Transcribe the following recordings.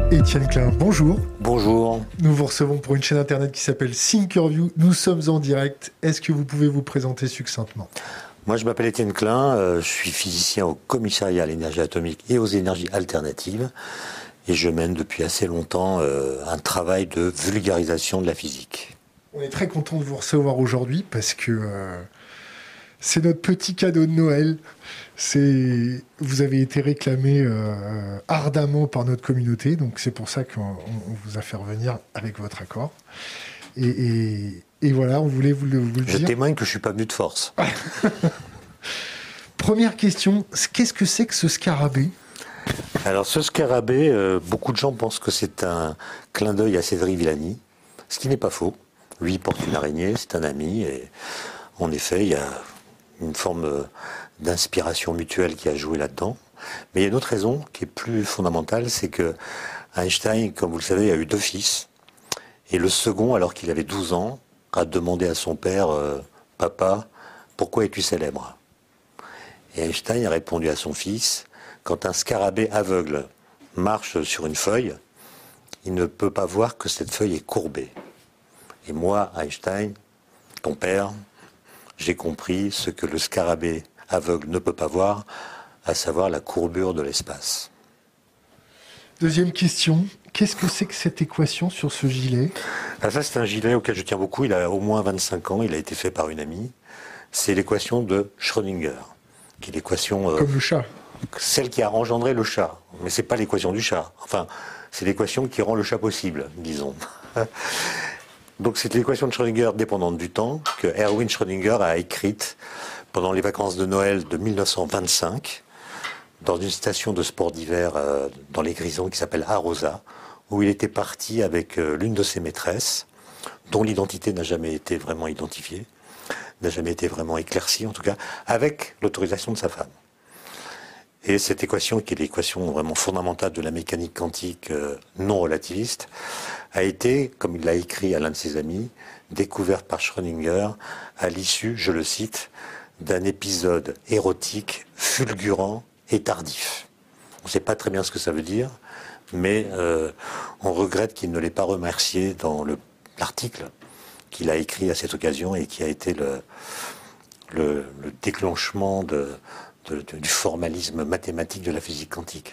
Étienne Klein, bonjour. Bonjour. Nous vous recevons pour une chaîne internet qui s'appelle Thinkerview. Nous sommes en direct. Est-ce que vous pouvez vous présenter succinctement ? Moi, je m'appelle Étienne Klein. Je suis physicien au commissariat à l'énergie atomique et aux énergies alternatives. Et je mène depuis assez longtemps un travail de vulgarisation de la physique. On est très content de vous recevoir aujourd'hui parce que c'est notre petit cadeau de Noël. Vous avez été réclamé ardemment par notre communauté, donc c'est pour ça qu'on vous a fait revenir avec votre accord. Et voilà, on voulait vous le dire. Je témoigne que je ne suis pas venu de force. Première question, qu'est-ce que c'est que ce scarabée ? Alors ce scarabée, beaucoup de gens pensent que c'est un clin d'œil à Cédric Villani, ce qui n'est pas faux. Lui, il porte une araignée, c'est un ami, et en effet, il y a une forme d'inspiration mutuelle qui a joué là-dedans. Mais il y a une autre raison qui est plus fondamentale, c'est que Einstein, comme vous le savez, a eu 2 fils. Et le second, alors qu'il avait 12 ans, a demandé à son père, « Papa, pourquoi es-tu célèbre ?» Et Einstein a répondu à son fils, « Quand un scarabée aveugle marche sur une feuille, il ne peut pas voir que cette feuille est courbée. Et moi, Einstein, ton père, j'ai compris ce que le scarabée aveugle ne peut pas voir, à savoir la courbure de l'espace. » Deuxième question, qu'est-ce que c'est que cette équation sur ce gilet ? Ah, ça, c'est un gilet auquel je tiens beaucoup, il a au moins 25 ans, il a été fait par une amie. C'est l'équation de Schrödinger, qui est l'équation... Comme le chat. Celle qui a engendré le chat, mais c'est pas l'équation du chat. Enfin, c'est l'équation qui rend le chat possible, disons. Donc c'est l'équation de Schrödinger dépendante du temps que Erwin Schrödinger a écrite pendant les vacances de Noël de 1925 dans une station de sport d'hiver dans les Grisons qui s'appelle Arosa, où il était parti avec l'une de ses maîtresses, dont l'identité n'a jamais été vraiment identifiée, n'a jamais été vraiment éclaircie en tout cas, avec l'autorisation de sa femme. Et cette équation, qui est l'équation vraiment fondamentale de la mécanique quantique non relativiste, a été, comme il l'a écrit à l'un de ses amis, découverte par Schrödinger à l'issue, je le cite, d'un épisode érotique, fulgurant et tardif. On ne sait pas très bien ce que ça veut dire, mais on regrette qu'il ne l'ait pas remercié dans l'article qu'il a écrit à cette occasion et qui a été le déclenchement du formalisme mathématique de la physique quantique.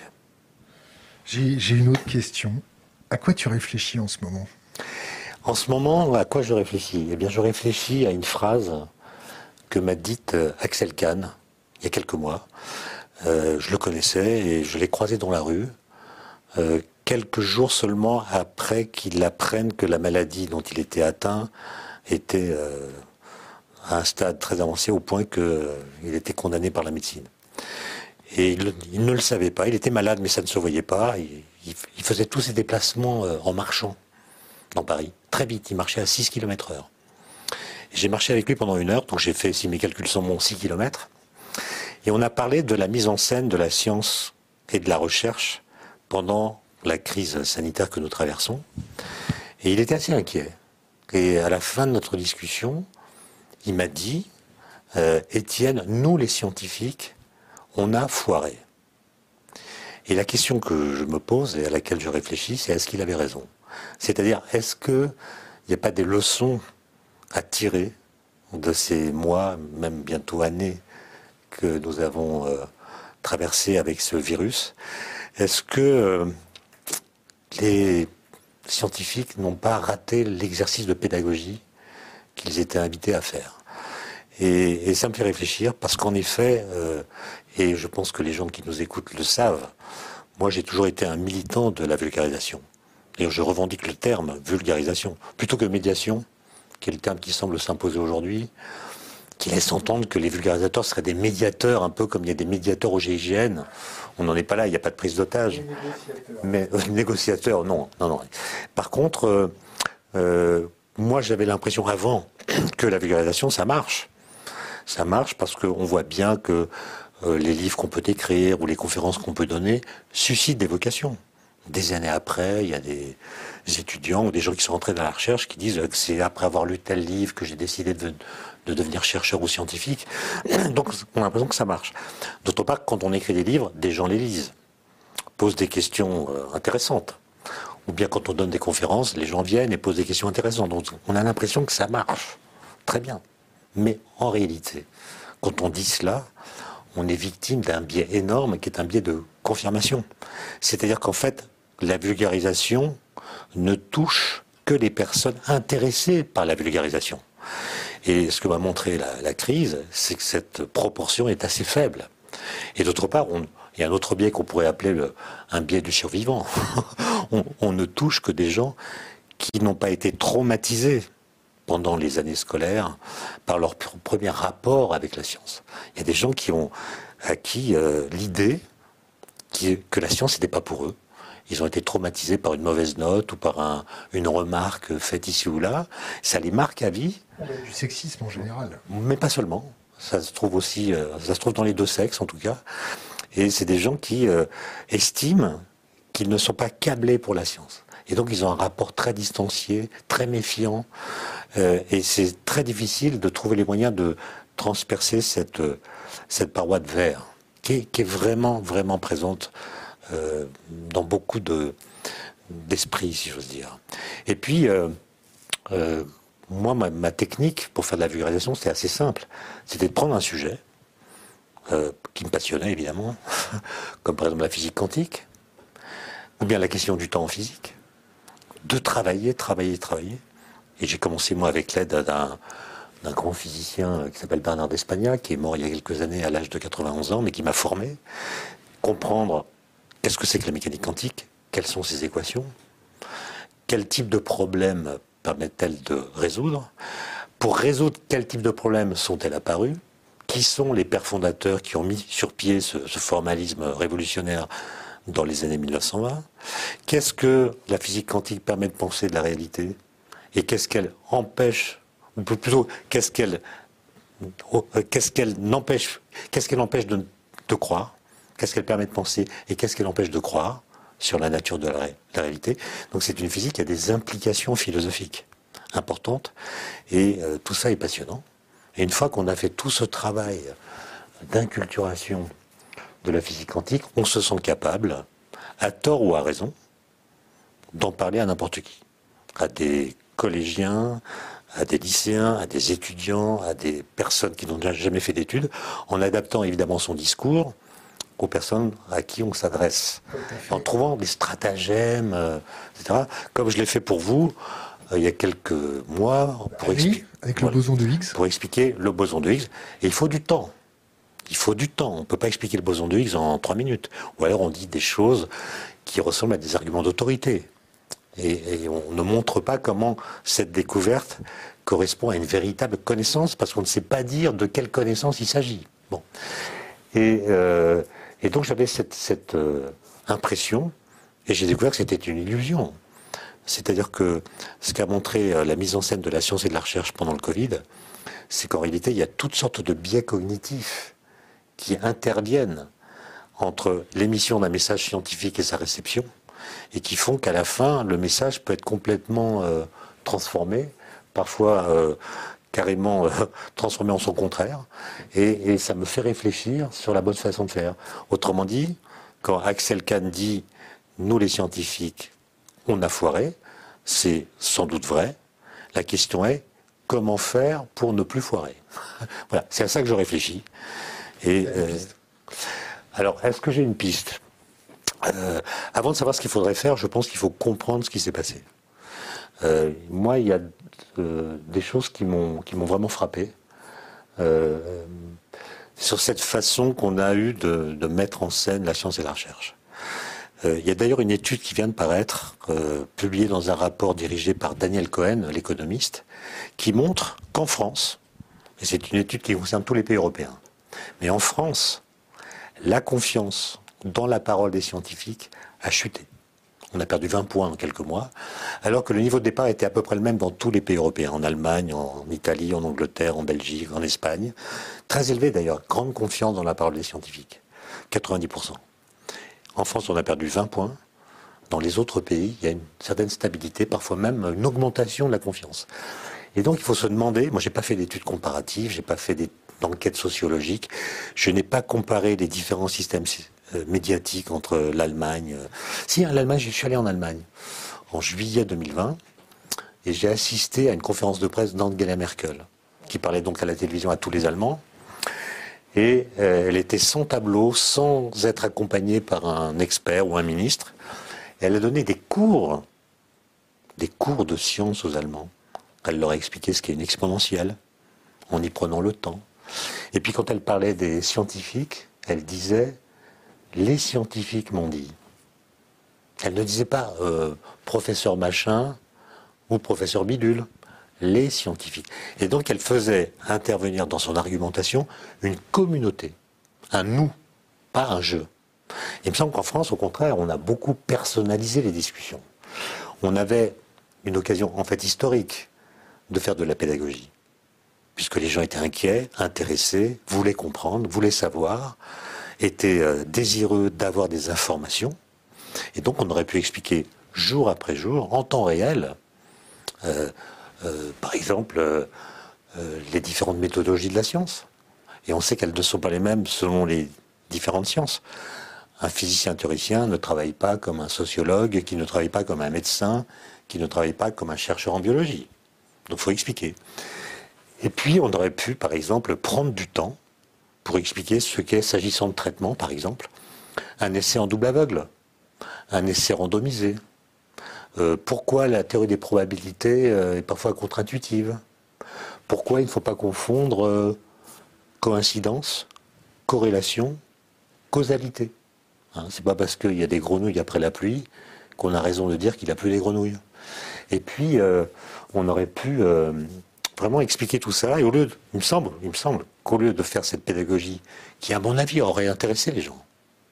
J'ai une autre question. À quoi tu réfléchis en ce moment ? En ce moment, à quoi je réfléchis ? Eh bien, je réfléchis à une phrase que m'a dite Axel Kahn, il y a quelques mois. Je le connaissais et je l'ai croisé dans la rue, quelques jours seulement après qu'il apprenne que la maladie dont il était atteint était à un stade très avancé au point qu'il était condamné par la médecine. Et il ne le savait pas, il était malade mais ça ne se voyait pas. Il faisait tous ses déplacements en marchant dans Paris, très vite, il marchait à 6 km/h. J'ai marché avec lui pendant 1 heure, donc j'ai fait, si mes calculs sont bons, 6 km. Et on a parlé de la mise en scène de la science et de la recherche pendant la crise sanitaire que nous traversons. Et il était assez inquiet. Et à la fin de notre discussion, il m'a dit, Étienne, nous les scientifiques, on a foiré. Et la question que je me pose et à laquelle je réfléchis, c'est est-ce qu'il avait raison ? C'est-à-dire, est-ce qu'il n'y a pas des leçons à tirer de ces mois, même bientôt années, que nous avons traversés avec ce virus ? Est-ce que les scientifiques n'ont pas raté l'exercice de pédagogie qu'ils étaient invités à faire ? Et ça me fait réfléchir parce qu'en effet, et je pense que les gens qui nous écoutent le savent, moi j'ai toujours été un militant de la vulgarisation. D'ailleurs, je revendique le terme vulgarisation, plutôt que médiation, qui est le terme qui semble s'imposer aujourd'hui, qui laisse entendre que les vulgarisateurs seraient des médiateurs, un peu comme il y a des médiateurs au GIGN. On n'en est pas là, il n'y a pas de prise d'otage. Mais négociateurs, non. Par contre, moi j'avais l'impression avant que la vulgarisation, ça marche. Ça marche parce qu'on voit bien que les livres qu'on peut écrire ou les conférences qu'on peut donner suscitent des vocations. Des années après, il y a des étudiants ou des gens qui sont rentrés dans la recherche qui disent que c'est après avoir lu tel livre que j'ai décidé de devenir chercheur ou scientifique. Donc on a l'impression que ça marche. D'autre part, quand on écrit des livres, des gens les lisent, posent des questions intéressantes. Ou bien quand on donne des conférences, les gens viennent et posent des questions intéressantes. Donc on a l'impression que ça marche. Très bien. Mais en réalité, quand on dit cela, on est victime d'un biais énorme qui est un biais de confirmation. C'est-à-dire qu'en fait, la vulgarisation ne touche que les personnes intéressées par la vulgarisation. Et ce que m'a montré la crise, c'est que cette proportion est assez faible. Et d'autre part, il y a un autre biais qu'on pourrait appeler un biais du survivant. On ne touche que des gens qui n'ont pas été traumatisés pendant les années scolaires par leur premier rapport avec la science. Il y a des gens qui ont acquis l'idée que la science n'était pas pour eux. Ils ont été traumatisés par une mauvaise note ou par une remarque faite ici ou là. Ça les marque à vie. Du sexisme en général. Mais pas seulement. Ça se trouve aussi, ça se trouve dans les deux sexes en tout cas. Et c'est des gens qui estiment qu'ils ne sont pas câblés pour la science. Et donc ils ont un rapport très distancié, très méfiant. Et c'est très difficile de trouver les moyens de transpercer cette paroi de verre qui est vraiment, vraiment présente dans beaucoup d'esprits, si j'ose dire. Et puis, moi, ma technique pour faire de la vulgarisation, c'était assez simple. C'était de prendre un sujet qui me passionnait, évidemment, comme par exemple la physique quantique, ou bien la question du temps en physique, de travailler. Et j'ai commencé, moi, avec l'aide d'un grand physicien qui s'appelle Bernard d'Espagna, qui est mort il y a quelques années à l'âge de 91 ans, mais qui m'a formé. Comprendre qu'est-ce que c'est que la mécanique quantique, quelles sont ses équations, quel type de problèmes permettent-elles de résoudre, pour résoudre quel type de problèmes sont-elles apparus, qui sont les pères fondateurs qui ont mis sur pied ce formalisme révolutionnaire dans les années 1920, qu'est-ce que la physique quantique permet de penser de la réalité, et qu'est-ce qu'elle empêche, ou plutôt qu'est-ce qu'elle empêche de croire, qu'est-ce qu'elle permet de penser, et qu'est-ce qu'elle empêche de croire sur la nature de la réalité. Donc c'est une physique qui a des implications philosophiques importantes, et tout ça est passionnant. Et une fois qu'on a fait tout ce travail d'inculturation de la physique quantique, on se sent capable, à tort ou à raison, d'en parler à n'importe qui. À des collégiens, à des lycéens, à des étudiants, à des personnes qui n'ont jamais fait d'études, en adaptant évidemment son discours aux personnes à qui on s'adresse, en trouvant des stratagèmes, etc. Comme je l'ai fait pour vous il y a quelques mois, avec le boson de Higgs. Pour expliquer le boson de Higgs. Et il faut du temps. Il faut du temps. On ne peut pas expliquer le boson de Higgs en 3 minutes. Ou alors on dit des choses qui ressemblent à des arguments d'autorité. Et on ne montre pas comment cette découverte correspond à une véritable connaissance, parce qu'on ne sait pas dire de quelle connaissance il s'agit. Bon. Et donc j'avais cette impression, et j'ai découvert que c'était une illusion. C'est-à-dire que ce qu'a montré la mise en scène de la science et de la recherche pendant le Covid, c'est qu'en réalité, il y a toutes sortes de biais cognitifs qui interviennent entre l'émission d'un message scientifique et sa réception, et qui font qu'à la fin, le message peut être complètement transformé, parfois carrément transformé en son contraire, et ça me fait réfléchir sur la bonne façon de faire. Autrement dit, quand Axel Kahn dit « nous les scientifiques, on a foiré », c'est sans doute vrai. La question est comment faire pour ne plus foirer. Voilà, c'est à ça que je réfléchis. Et alors, est-ce que j'ai une piste ? Avant de savoir ce qu'il faudrait faire, je pense qu'il faut comprendre ce qui s'est passé. Moi, il y a des choses qui m'ont vraiment frappé sur cette façon qu'on a eue de mettre en scène la science et la recherche. Il y a d'ailleurs une étude qui vient de paraître, publiée dans un rapport dirigé par Daniel Cohen, l'économiste, qui montre qu'en France, et c'est une étude qui concerne tous les pays européens, mais en France, la confiance dans la parole des scientifiques a chuté. On a perdu 20 points en quelques mois, alors que le niveau de départ était à peu près le même dans tous les pays européens, en Allemagne, en Italie, en Angleterre, en Belgique, en Espagne. Très élevé d'ailleurs, grande confiance dans la parole des scientifiques, 90%. En France, on a perdu 20 points. Dans les autres pays, il y a une certaine stabilité, parfois même une augmentation de la confiance. Et donc, il faut se demander, moi, j'ai pas fait d'études comparatives, j'ai pas fait d'enquêtes sociologiques, je n'ai pas comparé les différents systèmes médiatiques entre l'Allemagne. Si, l'Allemagne, je suis allé en Allemagne. en juillet 2020, et j'ai assisté à une conférence de presse d'Angela Merkel, qui parlait donc à la télévision à tous les Allemands. Et elle était sans tableau, sans être accompagnée par un expert ou un ministre. Et elle a donné des cours de sciences aux Allemands. Elle leur a expliqué ce qu'est une exponentielle, en y prenant le temps. Et puis quand elle parlait des scientifiques, elle disait « les scientifiques m'ont dit ». Elle ne disait pas professeur machin ou professeur bidule, les scientifiques. Et donc elle faisait intervenir dans son argumentation une communauté, un nous, pas un je. Il me semble qu'en France, au contraire, on a beaucoup personnalisé les discussions. On avait une occasion, en fait, historique de faire de la pédagogie, puisque les gens étaient inquiets, intéressés, voulaient comprendre, voulaient savoir, étaient désireux d'avoir des informations. Et donc on aurait pu expliquer jour après jour, en temps réel, par exemple, les différentes méthodologies de la science. Et on sait qu'elles ne sont pas les mêmes selon les différentes sciences. Un physicien théoricien ne travaille pas comme un sociologue, qui ne travaille pas comme un médecin, qui ne travaille pas comme un chercheur en biologie. Donc il faut expliquer. Et puis on aurait pu, par exemple, prendre du temps pour expliquer ce qu'est, s'agissant de traitement, par exemple, un essai en double aveugle, un essai randomisé. Pourquoi la théorie des probabilités est parfois contre-intuitive. Pourquoi il ne faut pas confondre coïncidence, corrélation, causalité. Hein, c'est pas parce qu'il y a des grenouilles après la pluie qu'on a raison de dire qu'il a plu des grenouilles. Et puis, on aurait pu vraiment expliquer tout ça. Et au lieu, il me semble qu'au lieu de faire cette pédagogie, qui à mon avis aurait intéressé les gens,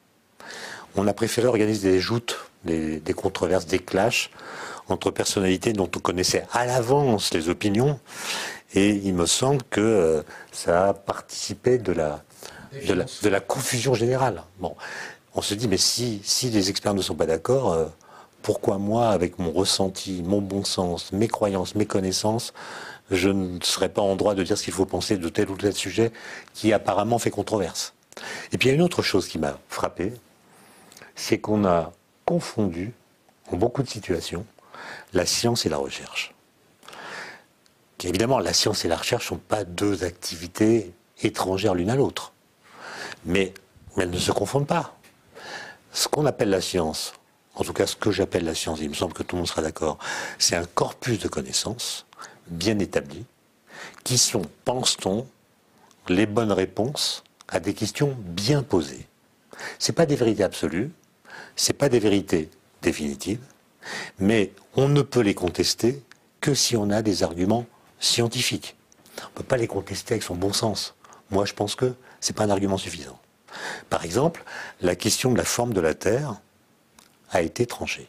on a préféré organiser des joutes, des controverses, des clashs entre personnalités dont on connaissait à l'avance les opinions. Et il me semble que ça a participé de la confusion générale. Bon, on se dit, mais si les experts ne sont pas d'accord, pourquoi moi, avec mon ressenti, mon bon sens, mes croyances, mes connaissances, je ne serais pas en droit de dire ce qu'il faut penser de tel ou tel sujet qui apparemment fait controverse. Et puis il y a une autre chose qui m'a frappé, c'est qu'on a confondu, en beaucoup de situations, la science et la recherche. Évidemment, la science et la recherche ne sont pas deux activités étrangères l'une à l'autre. Mais elles ne se confondent pas. Ce qu'on appelle la science, en tout cas ce que j'appelle la science, il me semble que tout le monde sera d'accord, c'est un corpus de connaissances bien établi, qui sont, pense-t-on, les bonnes réponses à des questions bien posées. Ce n'est pas des vérités absolues, ce n'est pas des vérités définitives, mais on ne peut les contester que si on a des arguments scientifiques. On ne peut pas les contester avec son bon sens. Moi, je pense que ce n'est pas un argument suffisant. Par exemple, la question de la forme de la Terre a été tranchée.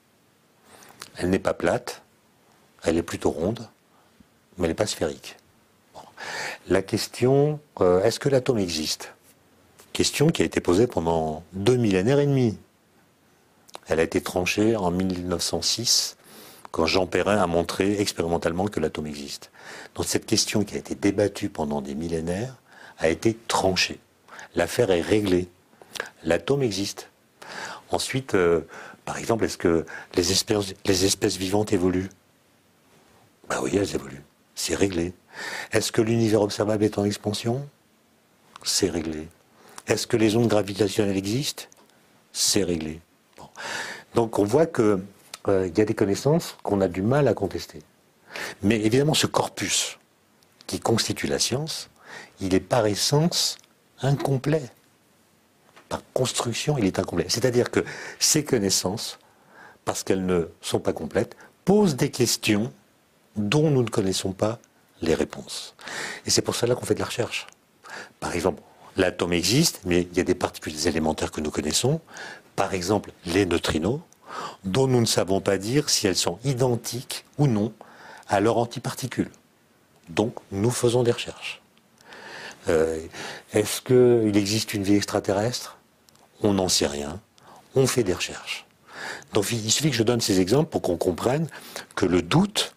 Elle n'est pas plate, elle est plutôt ronde, mais elle n'est pas sphérique. Bon. La question, est-ce que l'atome existe? Question qui a été posée pendant 2 millénaires et demi. Elle a été tranchée en 1906, quand Jean Perrin a montré expérimentalement que l'atome existe. Donc cette question qui a été débattue pendant des millénaires a été tranchée. L'affaire est réglée. L'atome existe. Ensuite, par exemple, est-ce que les espèces vivantes évoluent? Ben oui, elles évoluent. C'est réglé. Est-ce que l'univers observable est en expansion? C'est réglé. Est-ce que les ondes gravitationnelles existent? C'est réglé. Bon. Donc on voit qu'il y a des connaissances qu'on a du mal à contester. Mais évidemment, ce corpus qui constitue la science, il est par essence incomplet. Par construction, il est incomplet. C'est-à-dire que ces connaissances, parce qu'elles ne sont pas complètes, posent des questions dont nous ne connaissons pas les réponses. Et c'est pour cela qu'on fait de la recherche. Par exemple, l'atome existe, mais il y a des particules élémentaires que nous connaissons. Par exemple, les neutrinos, dont nous ne savons pas dire si elles sont identiques ou non à leurs antiparticules. Donc, nous faisons des recherches. Est-ce qu'il existe une vie extraterrestre? On n'en sait rien. On fait des recherches. Donc, il suffit que je donne ces exemples pour qu'on comprenne que le doute,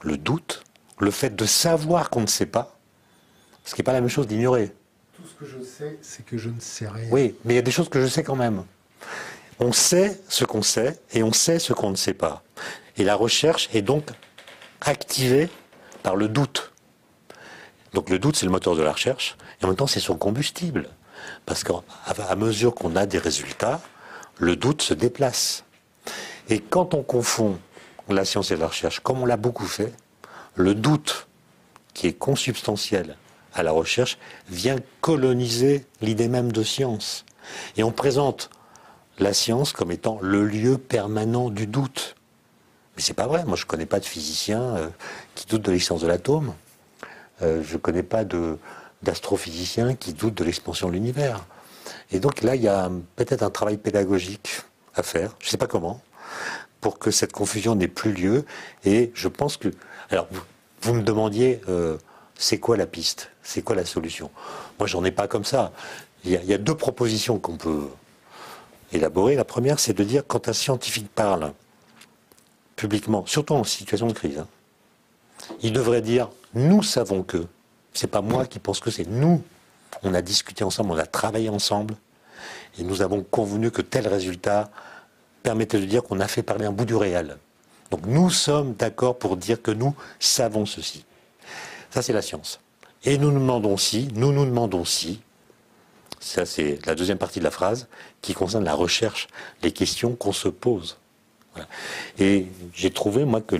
le fait de savoir qu'on ne sait pas, ce qui n'est pas la même chose d'ignorer. Tout ce que je sais, c'est que je ne sais rien. Oui, mais il y a des choses que je sais quand même. On sait ce qu'on sait et on sait ce qu'on ne sait pas. Et la recherche est donc activée par le doute. Donc le doute, c'est le moteur de la recherche, et en même temps, c'est son combustible. Parce qu'à mesure qu'on a des résultats, le doute se déplace. Et quand on confond la science et la recherche, comme on l'a beaucoup fait, le doute, qui est consubstantiel à la recherche, vient coloniser l'idée même de science. Et on présente la science comme étant le lieu permanent du doute. Mais c'est pas vrai. Moi, je ne connais pas de physicien qui doute de l'existence de l'atome. Je ne connais pas d'astrophysicien qui doute de l'expansion de l'univers. Et donc là, il y a peut-être un travail pédagogique à faire, je ne sais pas comment, pour que cette confusion n'ait plus lieu. Et je pense que... Alors, vous me demandiez, c'est quoi la piste? C'est quoi la solution? Moi, j'en ai pas comme ça. Il y a deux propositions qu'on peut élaborer. La première, c'est de dire, quand un scientifique parle publiquement, surtout en situation de crise, hein, il devrait dire, nous savons que, c'est pas moi qui pense que, c'est nous. On a discuté ensemble, on a travaillé ensemble, et nous avons convenu que tel résultat permettait de dire qu'on a fait parler un bout du réel. Donc nous sommes d'accord pour dire que nous savons ceci. Ça, c'est la science. Et nous nous demandons si, ça c'est la deuxième partie de la phrase, qui concerne la recherche, les questions qu'on se pose. Voilà. Et j'ai trouvé, moi, que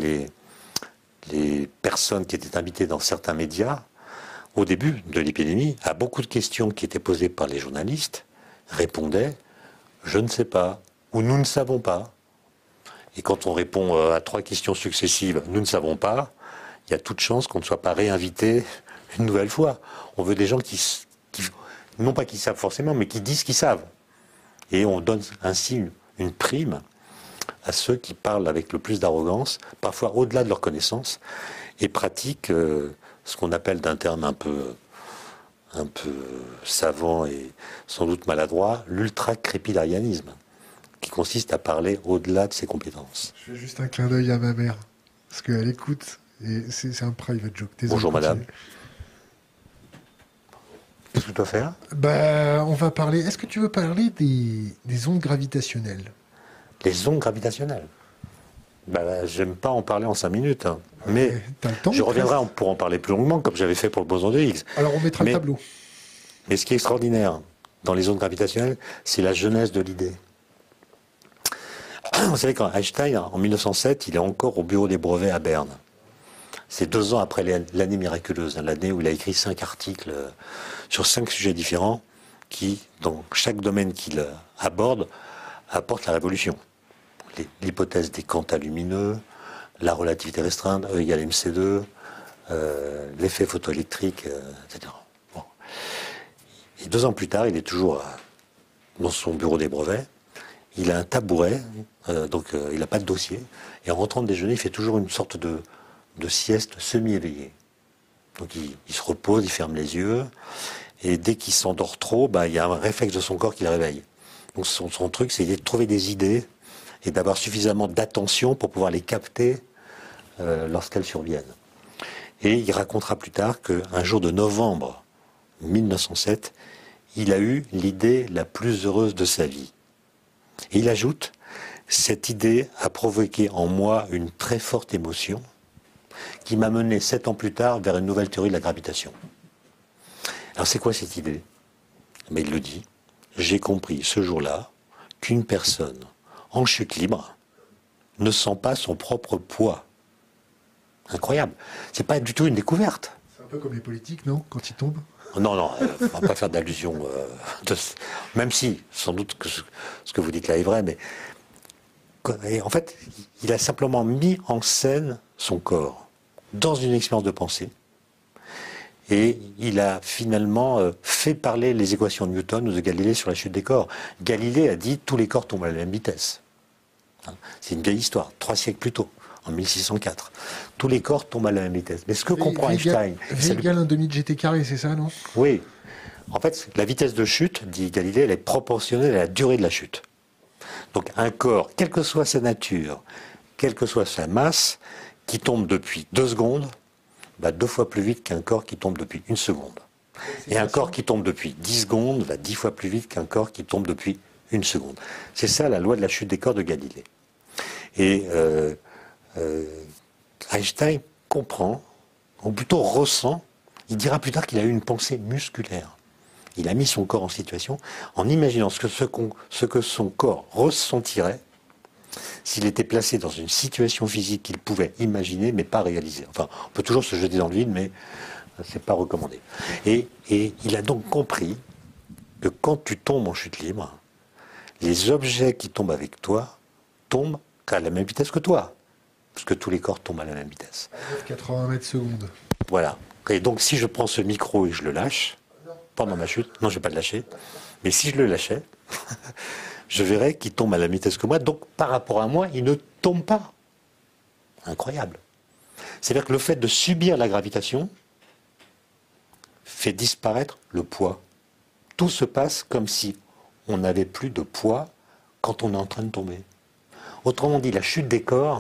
les personnes qui étaient invitées dans certains médias, au début de l'épidémie, à beaucoup de questions qui étaient posées par les journalistes, répondaient « je ne sais pas » ou « nous ne savons pas ». Et quand on répond à 3 questions successives « nous ne savons pas », il y a toute chance qu'on ne soit pas réinvité une nouvelle fois. On veut des gens qui non pas qui savent forcément, mais qui disent qu'ils savent. Et on donne ainsi une prime à ceux qui parlent avec le plus d'arrogance, parfois au-delà de leurs connaissances, et pratiquent ce qu'on appelle d'un terme un peu savant et sans doute maladroit, l'ultra-crépidarianisme, qui consiste à parler au-delà de ses compétences. Je fais juste un clin d'œil à ma mère, parce qu'elle écoute, et c'est un private joke. Désolé, bonjour madame. Qu'est-ce que tu dois faire? On va parler... Est-ce que tu veux parler des ondes gravitationnelles? Les ondes gravitationnelles? J'aime pas en parler en 5 minutes, hein. Mais je reviendrai pour en parler plus longuement, comme j'avais fait pour le boson de Higgs. Alors on mettra le tableau. Mais ce qui est extraordinaire dans les ondes gravitationnelles, c'est la jeunesse de l'idée. Vous savez, quand Einstein, en 1907, il est encore au bureau des brevets à Berne. C'est 2 ans après l'année miraculeuse, l'année où il a écrit 5 articles sur 5 sujets différents qui, dans chaque domaine qu'il aborde, apportent la révolution. L'hypothèse des quanta lumineux, la relativité restreinte, E égale mc2, l'effet photoélectrique, etc. Bon. Et 2 ans plus tard, il est toujours dans son bureau des brevets. Il a un tabouret, donc il n'a pas de dossier. Et en rentrant de déjeuner, il fait toujours une sorte de sieste semi-éveillée. Donc il se repose, il ferme les yeux. Et dès qu'il s'endort trop, il y a un réflexe de son corps qui le réveille. Donc son truc, c'est de trouver des idées et d'avoir suffisamment d'attention pour pouvoir les capter lorsqu'elles surviennent. Et il racontera plus tard qu'un jour de novembre 1907, il a eu l'idée la plus heureuse de sa vie. Et il ajoute, cette idée a provoqué en moi une très forte émotion qui m'a mené 7 ans plus tard vers une nouvelle théorie de la gravitation. Alors c'est quoi cette idée? Mais il le dit, j'ai compris ce jour-là qu'une personne en chute libre ne sent pas son propre poids. Incroyable. C'est pas du tout une découverte. C'est un peu comme les politiques, non? Quand ils tombent. Non, on ne va pas faire d'allusion. Même si, sans doute, que ce que vous dites là est vrai, mais en fait, il a simplement mis en scène son corps dans une expérience de pensée. Et il a finalement fait parler les équations de Newton ou de Galilée sur la chute des corps. Galilée a dit tous les corps tombent à la même vitesse. C'est une vieille histoire, 3 siècles plus tôt, en 1604. Tous les corps tombent à la même vitesse. Mais ce que comprend Einstein... V égale un demi de gt carré, c'est ça, non? Oui. En fait, la vitesse de chute, dit Galilée, elle est proportionnelle à la durée de la chute. Donc un corps, quelle que soit sa nature, quelle que soit sa masse, qui tombe depuis 2 secondes, va 2 fois plus vite qu'un corps qui tombe depuis 1 seconde. Et un corps qui tombe depuis 10 secondes va 10 fois plus vite qu'un corps qui tombe depuis 1 seconde. C'est ça la loi de la chute des corps de Galilée. Et euh, Einstein comprend, ou plutôt ressent, il dira plus tard qu'il a eu une pensée musculaire. Il a mis son corps en situation en imaginant ce que son corps ressentirait s'il était placé dans une situation physique qu'il pouvait imaginer mais pas réaliser. Enfin, on peut toujours se jeter dans le vide, mais c'est pas recommandé. Et il a donc compris que quand tu tombes en chute libre, les objets qui tombent avec toi tombent à la même vitesse que toi. Parce que tous les corps tombent à la même vitesse. 80 mètres secondes. Voilà. Et donc si je prends ce micro et je le lâche, pendant ma chute, non je ne vais pas le lâcher, mais si je le lâchais, je verrais qu'il tombe à la même vitesse que moi, donc par rapport à moi, il ne tombe pas. Incroyable. C'est-à-dire que le fait de subir la gravitation fait disparaître le poids. Tout se passe comme si on n'avait plus de poids quand on est en train de tomber. Autrement dit, la chute des corps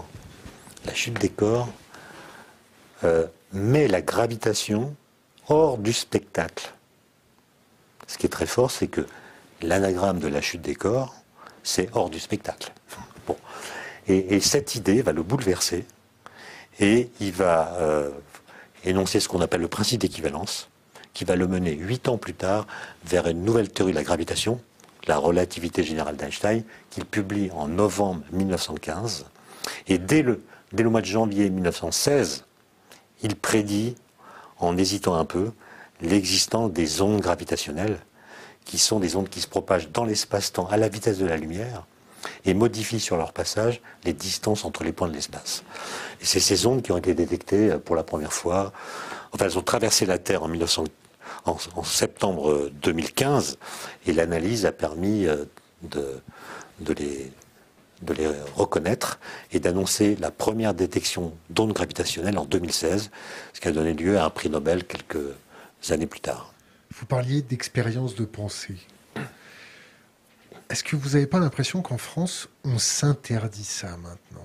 met la gravitation hors du spectacle. Ce qui est très fort, c'est que l'anagramme de la chute des corps, c'est hors du spectacle. Bon. Et cette idée va le bouleverser et il va énoncer ce qu'on appelle le principe d'équivalence, qui va le mener 8 ans plus tard vers une nouvelle théorie de la gravitation, la relativité générale d'Einstein, qu'il publie en novembre 1915. Et dès le mois de janvier 1916, il prédit, en hésitant un peu, l'existence des ondes gravitationnelles, qui sont des ondes qui se propagent dans l'espace-temps à la vitesse de la lumière et modifient sur leur passage les distances entre les points de l'espace. Et c'est ces ondes qui ont été détectées pour la première fois. Enfin, elles ont traversé la Terre en septembre 2015 et l'analyse a permis de les reconnaître et d'annoncer la première détection d'ondes gravitationnelles en 2016, ce qui a donné lieu à un prix Nobel quelques années plus tard. Vous parliez d'expérience de pensée. Est-ce que vous n'avez pas l'impression qu'en France, on s'interdit ça maintenant ?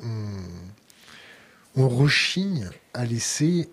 On rechigne à laisser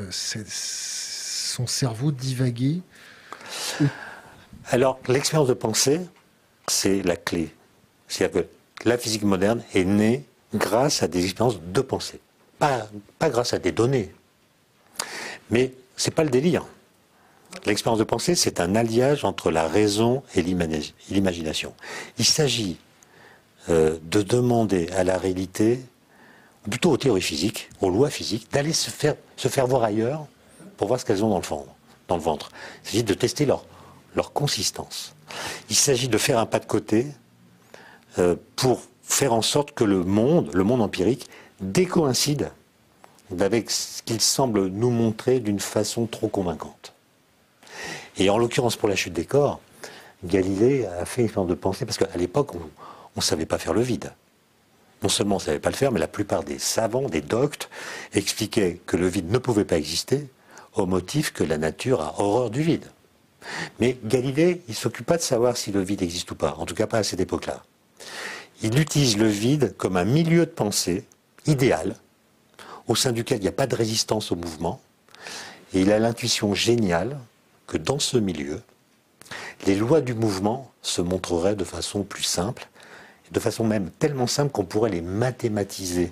son cerveau divaguer. Alors, l'expérience de pensée, c'est la clé. C'est-à-dire que la physique moderne est née grâce à des expériences de pensée. Pas grâce à des données. Mais c'est pas le délire. L'expérience de pensée, c'est un alliage entre la raison et l'imagination. Il s'agit de demander à la réalité, ou plutôt aux théories physiques, aux lois physiques, d'aller se faire voir ailleurs pour voir ce qu'elles ont dans le ventre. Il s'agit de tester leur consistance. Il s'agit de faire un pas de côté pour faire en sorte que le monde empirique décoïncide avec ce qu'il semble nous montrer d'une façon trop convaincante. Et en l'occurrence, pour la chute des corps, Galilée a fait une expérience de pensée, parce qu'à l'époque, on ne savait pas faire le vide. Non seulement on ne savait pas le faire, mais la plupart des savants, des doctes, expliquaient que le vide ne pouvait pas exister, au motif que la nature a horreur du vide. Mais Galilée, il ne s'occupe pas de savoir si le vide existe ou pas, en tout cas pas à cette époque-là. Il utilise le vide comme un milieu de pensée idéal, au sein duquel il n'y a pas de résistance au mouvement, et il a l'intuition géniale que dans ce milieu, les lois du mouvement se montreraient de façon plus simple, de façon même tellement simple qu'on pourrait les mathématiser.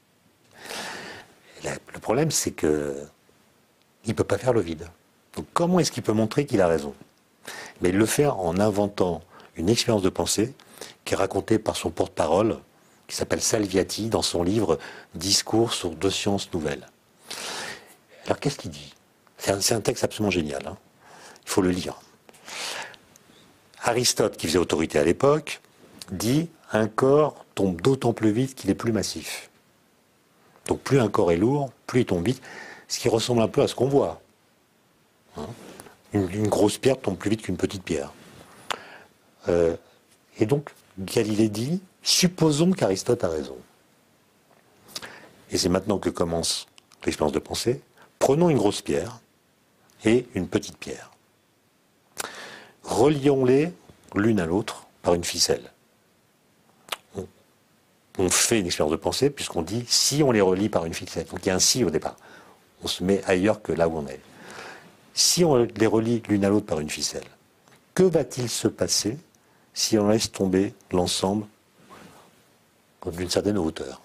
Le problème, c'est qu'il ne peut pas faire le vide. Donc comment est-ce qu'il peut montrer qu'il a raison ? Mais il le fait en inventant une expérience de pensée qui est racontée par son porte-parole, qui s'appelle Salviati, dans son livre « Discours sur 2 sciences nouvelles ». Alors qu'est-ce qu'il dit ? C'est un texte absolument génial, hein. Il faut le lire. Aristote, qui faisait autorité à l'époque, dit « un corps tombe d'autant plus vite qu'il est plus massif ». Donc plus un corps est lourd, plus il tombe vite, ce qui ressemble un peu à ce qu'on voit. Hein, une grosse pierre tombe plus vite qu'une petite pierre. Et donc, Galilée dit « supposons qu'Aristote a raison ». Et c'est maintenant que commence l'expérience de pensée. Prenons une grosse pierre et une petite pierre. Relions-les l'une à l'autre par une ficelle. On fait une expérience de pensée puisqu'on dit si on les relie par une ficelle. Donc il y a un si au départ. On se met ailleurs que là où on est. Si on les relie l'une à l'autre par une ficelle, que va-t-il se passer si on laisse tomber l'ensemble d'une certaine hauteur ?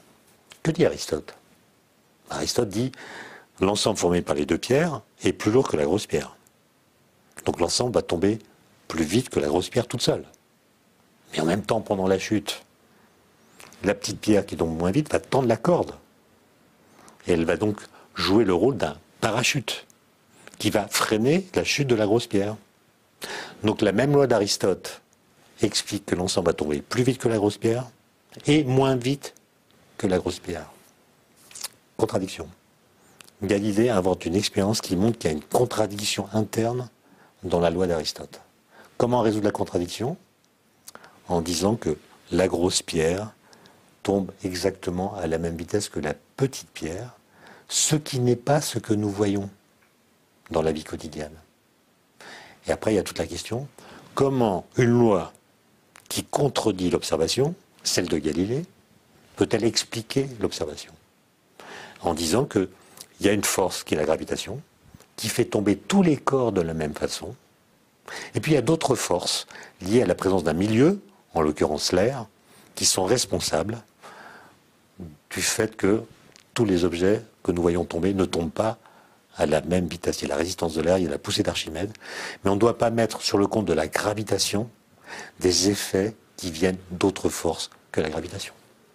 Que dit Aristote? Aristote dit l'ensemble formé par les deux pierres est plus lourd que la grosse pierre. Donc l'ensemble va tomber plus vite que la grosse pierre toute seule. Mais en même temps, pendant la chute, la petite pierre qui tombe moins vite va tendre la corde. Et elle va donc jouer le rôle d'un parachute qui va freiner la chute de la grosse pierre. Donc la même loi d'Aristote explique que l'ensemble va tomber plus vite que la grosse pierre et moins vite que la grosse pierre. Contradiction. Galilée invente une expérience qui montre qu'il y a une contradiction interne dans la loi d'Aristote. Comment résoudre la contradiction? En disant que la grosse pierre tombe exactement à la même vitesse que la petite pierre, ce qui n'est pas ce que nous voyons dans la vie quotidienne. Et après, il y a toute la question, comment une loi qui contredit l'observation, celle de Galilée, peut-elle expliquer l'observation? En disant qu'il y a une force qui est la gravitation, qui fait tomber tous les corps de la même façon, et puis il y a d'autres forces liées à la présence d'un milieu, en l'occurrence l'air, qui sont responsables du fait que tous les objets que nous voyons tomber ne tombent pas à la même vitesse. Il y a la résistance de l'air, il y a la poussée d'Archimède, mais on ne doit pas mettre sur le compte de la gravitation des effets qui viennent d'autres forces que la gravitation.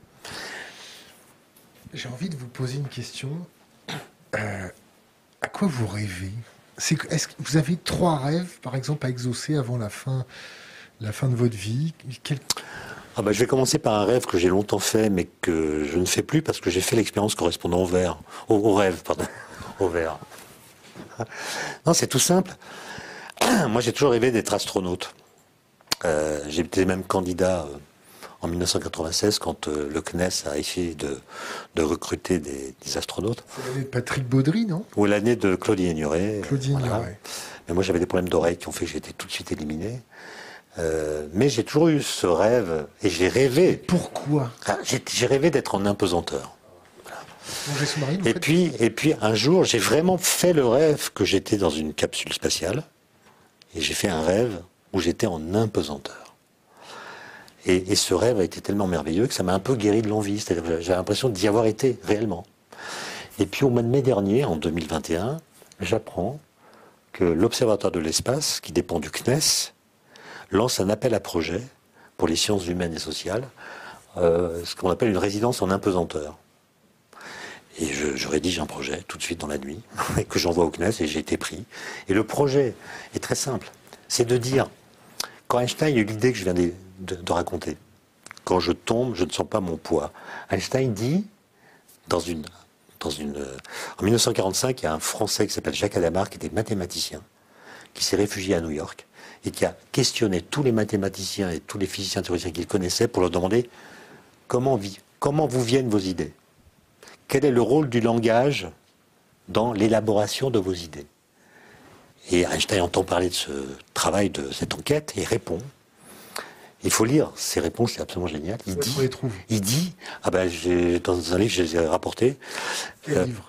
J'ai envie de vous poser une question. À quoi vous rêvez? Est-ce que vous avez 3 rêves, par exemple, à exaucer avant la fin de votre vie? Je vais commencer par un rêve que j'ai longtemps fait, mais que je ne fais plus parce que j'ai fait l'expérience correspondant au rêve, au verre. Non, c'est tout simple. Moi, j'ai toujours rêvé d'être astronaute. J'ai été même candidat en 1996 quand le CNES a essayé de recruter des astronautes. C'est l'année de Patrick Baudry, non? Ou l'année de Claudie Ignoret. Voilà. Mais moi, j'avais des problèmes d'oreille qui ont fait que j'ai été tout de suite éliminé. Mais j'ai toujours eu ce rêve et j'ai rêvé. Et pourquoi? J'ai rêvé d'être en impesanteur. Sous-marine, et puis un jour, j'ai vraiment fait le rêve que j'étais dans une capsule spatiale et j'ai fait un rêve où j'étais en impesanteur. Et ce rêve a été tellement merveilleux que ça m'a un peu guéri de l'envie. C'est-à-dire que j'avais l'impression d'y avoir été réellement. Et puis au mois de mai dernier, en 2021, j'apprends que l'Observatoire de l'espace, qui dépend du CNES, lance un appel à projet pour les sciences humaines et sociales, ce qu'on appelle une résidence en impesanteur. Et je rédige un projet tout de suite dans la nuit, que j'envoie au CNES et j'ai été pris. Et le projet est très simple. C'est de dire, quand Einstein a eu l'idée que je viens de raconter, quand je tombe, je ne sens pas mon poids. Einstein dit, en 1945, il y a un Français qui s'appelle Jacques Hadamard, qui était mathématicien, qui s'est réfugié à New York, et qui a questionné tous les mathématiciens et tous les physiciens théoriciens qu'il connaissait pour leur demander comment vous viennent vos idées. Quel est le rôle du langage dans l'élaboration de vos idées? Et Einstein entend parler de ce travail, de cette enquête, et répond. Il faut lire ces réponses, c'est absolument génial. Il dit, dans un livre, je les ai rapportés. Quel livre?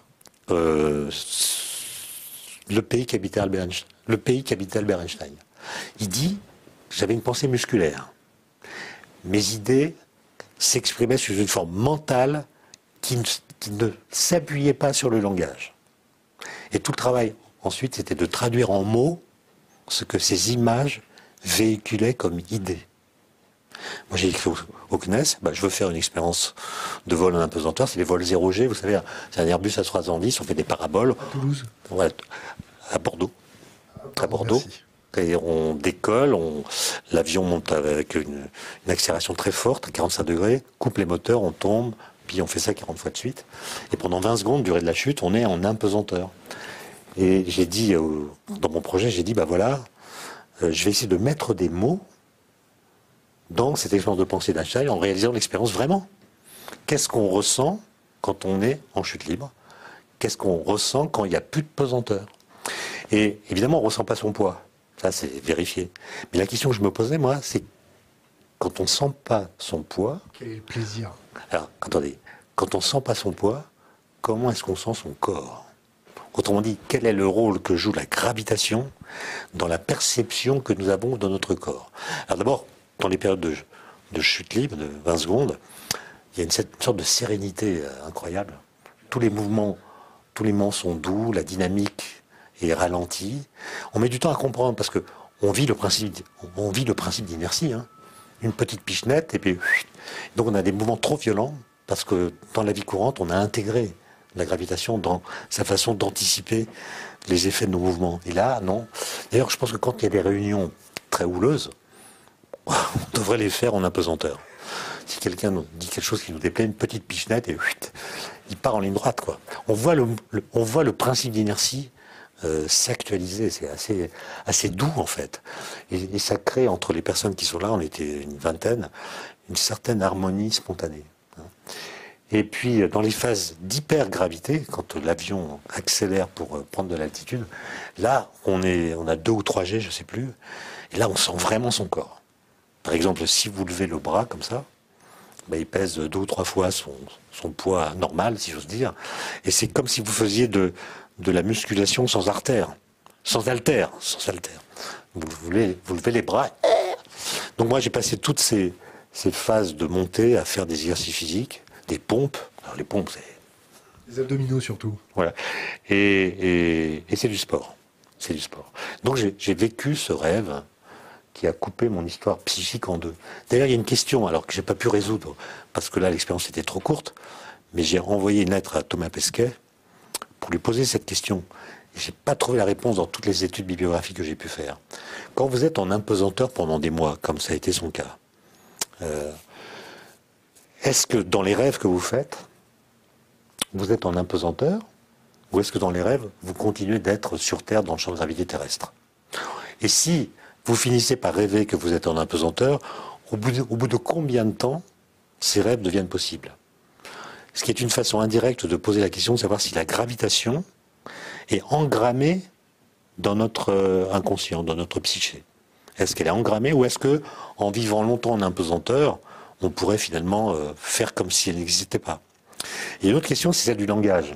Le pays qu'habitait Albert Einstein. Il dit, j'avais une pensée musculaire. Mes idées s'exprimaient sous une forme mentale qui ne s'appuyait pas sur le langage. Et tout le travail, ensuite, c'était de traduire en mots ce que ces images véhiculaient comme idées. Moi, j'ai écrit au CNES, je veux faire une expérience de vol en impesanteur, c'est les vols 0G, vous savez, c'est un Airbus A310, on fait des paraboles. À Toulouse? Voilà, à Bordeaux. À Bordeaux. Merci. Et on décolle, l'avion monte avec une accélération très forte, à 45 degrés, coupe les moteurs, on tombe, puis on fait ça 40 fois de suite. Et pendant 20 secondes, durée de la chute, on est en impesanteur. Et j'ai dit, dans mon projet, je vais essayer de mettre des mots dans cette expérience de pensée d'Einstein en réalisant l'expérience vraiment. Qu'est-ce qu'on ressent quand on est en chute libre? Qu'est-ce qu'on ressent quand il n'y a plus de pesanteur? Et évidemment, on ne ressent pas son poids. Ça, c'est vérifié. Mais la question que je me posais, moi, c'est quand on ne sent pas son poids... Quel est le plaisir? Alors, attendez. Quand on ne sent pas son poids, comment est-ce qu'on sent son corps? Autrement dit, quel est le rôle que joue la gravitation dans la perception que nous avons de notre corps? Alors d'abord, dans les périodes de chute libre, de 20 secondes, il y a une sorte de sérénité incroyable. Tous les mouvements sont doux, la dynamique est ralentie. On met du temps à comprendre parce que on vit le principe d'inertie. Hein. Une petite pichenette et puis... Donc on a des mouvements trop violents parce que dans la vie courante, on a intégré la gravitation dans sa façon d'anticiper les effets de nos mouvements. Et là, non. D'ailleurs, je pense que quand il y a des réunions très houleuses, on devrait les faire en apesanteur. Si quelqu'un nous dit quelque chose qui nous déplaît, une petite pichenette et il part en ligne droite, quoi. On voit le principe d'inertie s'actualiser. C'est assez doux, en fait. Et ça crée, entre les personnes qui sont là, on était une vingtaine, une certaine harmonie spontanée. Et puis, dans les phases d'hypergravité, quand l'avion accélère pour prendre de l'altitude, là, on a 2 ou 3 G, je ne sais plus, et là, on sent vraiment son corps. Par exemple, si vous levez le bras comme ça, il pèse 2 ou 3 fois son poids normal, si j'ose dire, et c'est comme si vous faisiez de la musculation sans artère, sans haltère. Vous levez les bras. Donc moi, j'ai passé toutes ces phases de montée à faire des exercices physiques, des pompes. Alors les pompes, c'est... Les abdominaux surtout. Voilà. Et c'est du sport. C'est du sport. Donc j'ai vécu ce rêve qui a coupé mon histoire psychique en 2. D'ailleurs, il y a une question, alors que j'ai pas pu résoudre, parce que là, l'expérience était trop courte, mais j'ai envoyé une lettre à Thomas Pesquet pour lui poser cette question. Et j'ai pas trouvé la réponse dans toutes les études bibliographiques que j'ai pu faire. Quand vous êtes en impesanteur pendant des mois, comme ça a été son cas, est-ce que dans les rêves que vous faites, vous êtes en impesanteur, ou est-ce que dans les rêves, vous continuez d'être sur Terre dans le champ de gravité terrestre? Et si vous finissez par rêver que vous êtes en impesanteur, au bout de combien de temps ces rêves deviennent possibles? Ce qui est une façon indirecte de poser la question de savoir si la gravitation est engrammée dans notre inconscient, dans notre psyché. Est-ce qu'elle est engrammée ou est-ce que, en vivant longtemps en impesanteur, on pourrait finalement faire comme si elle n'existait pas? Et une autre question, c'est celle du langage.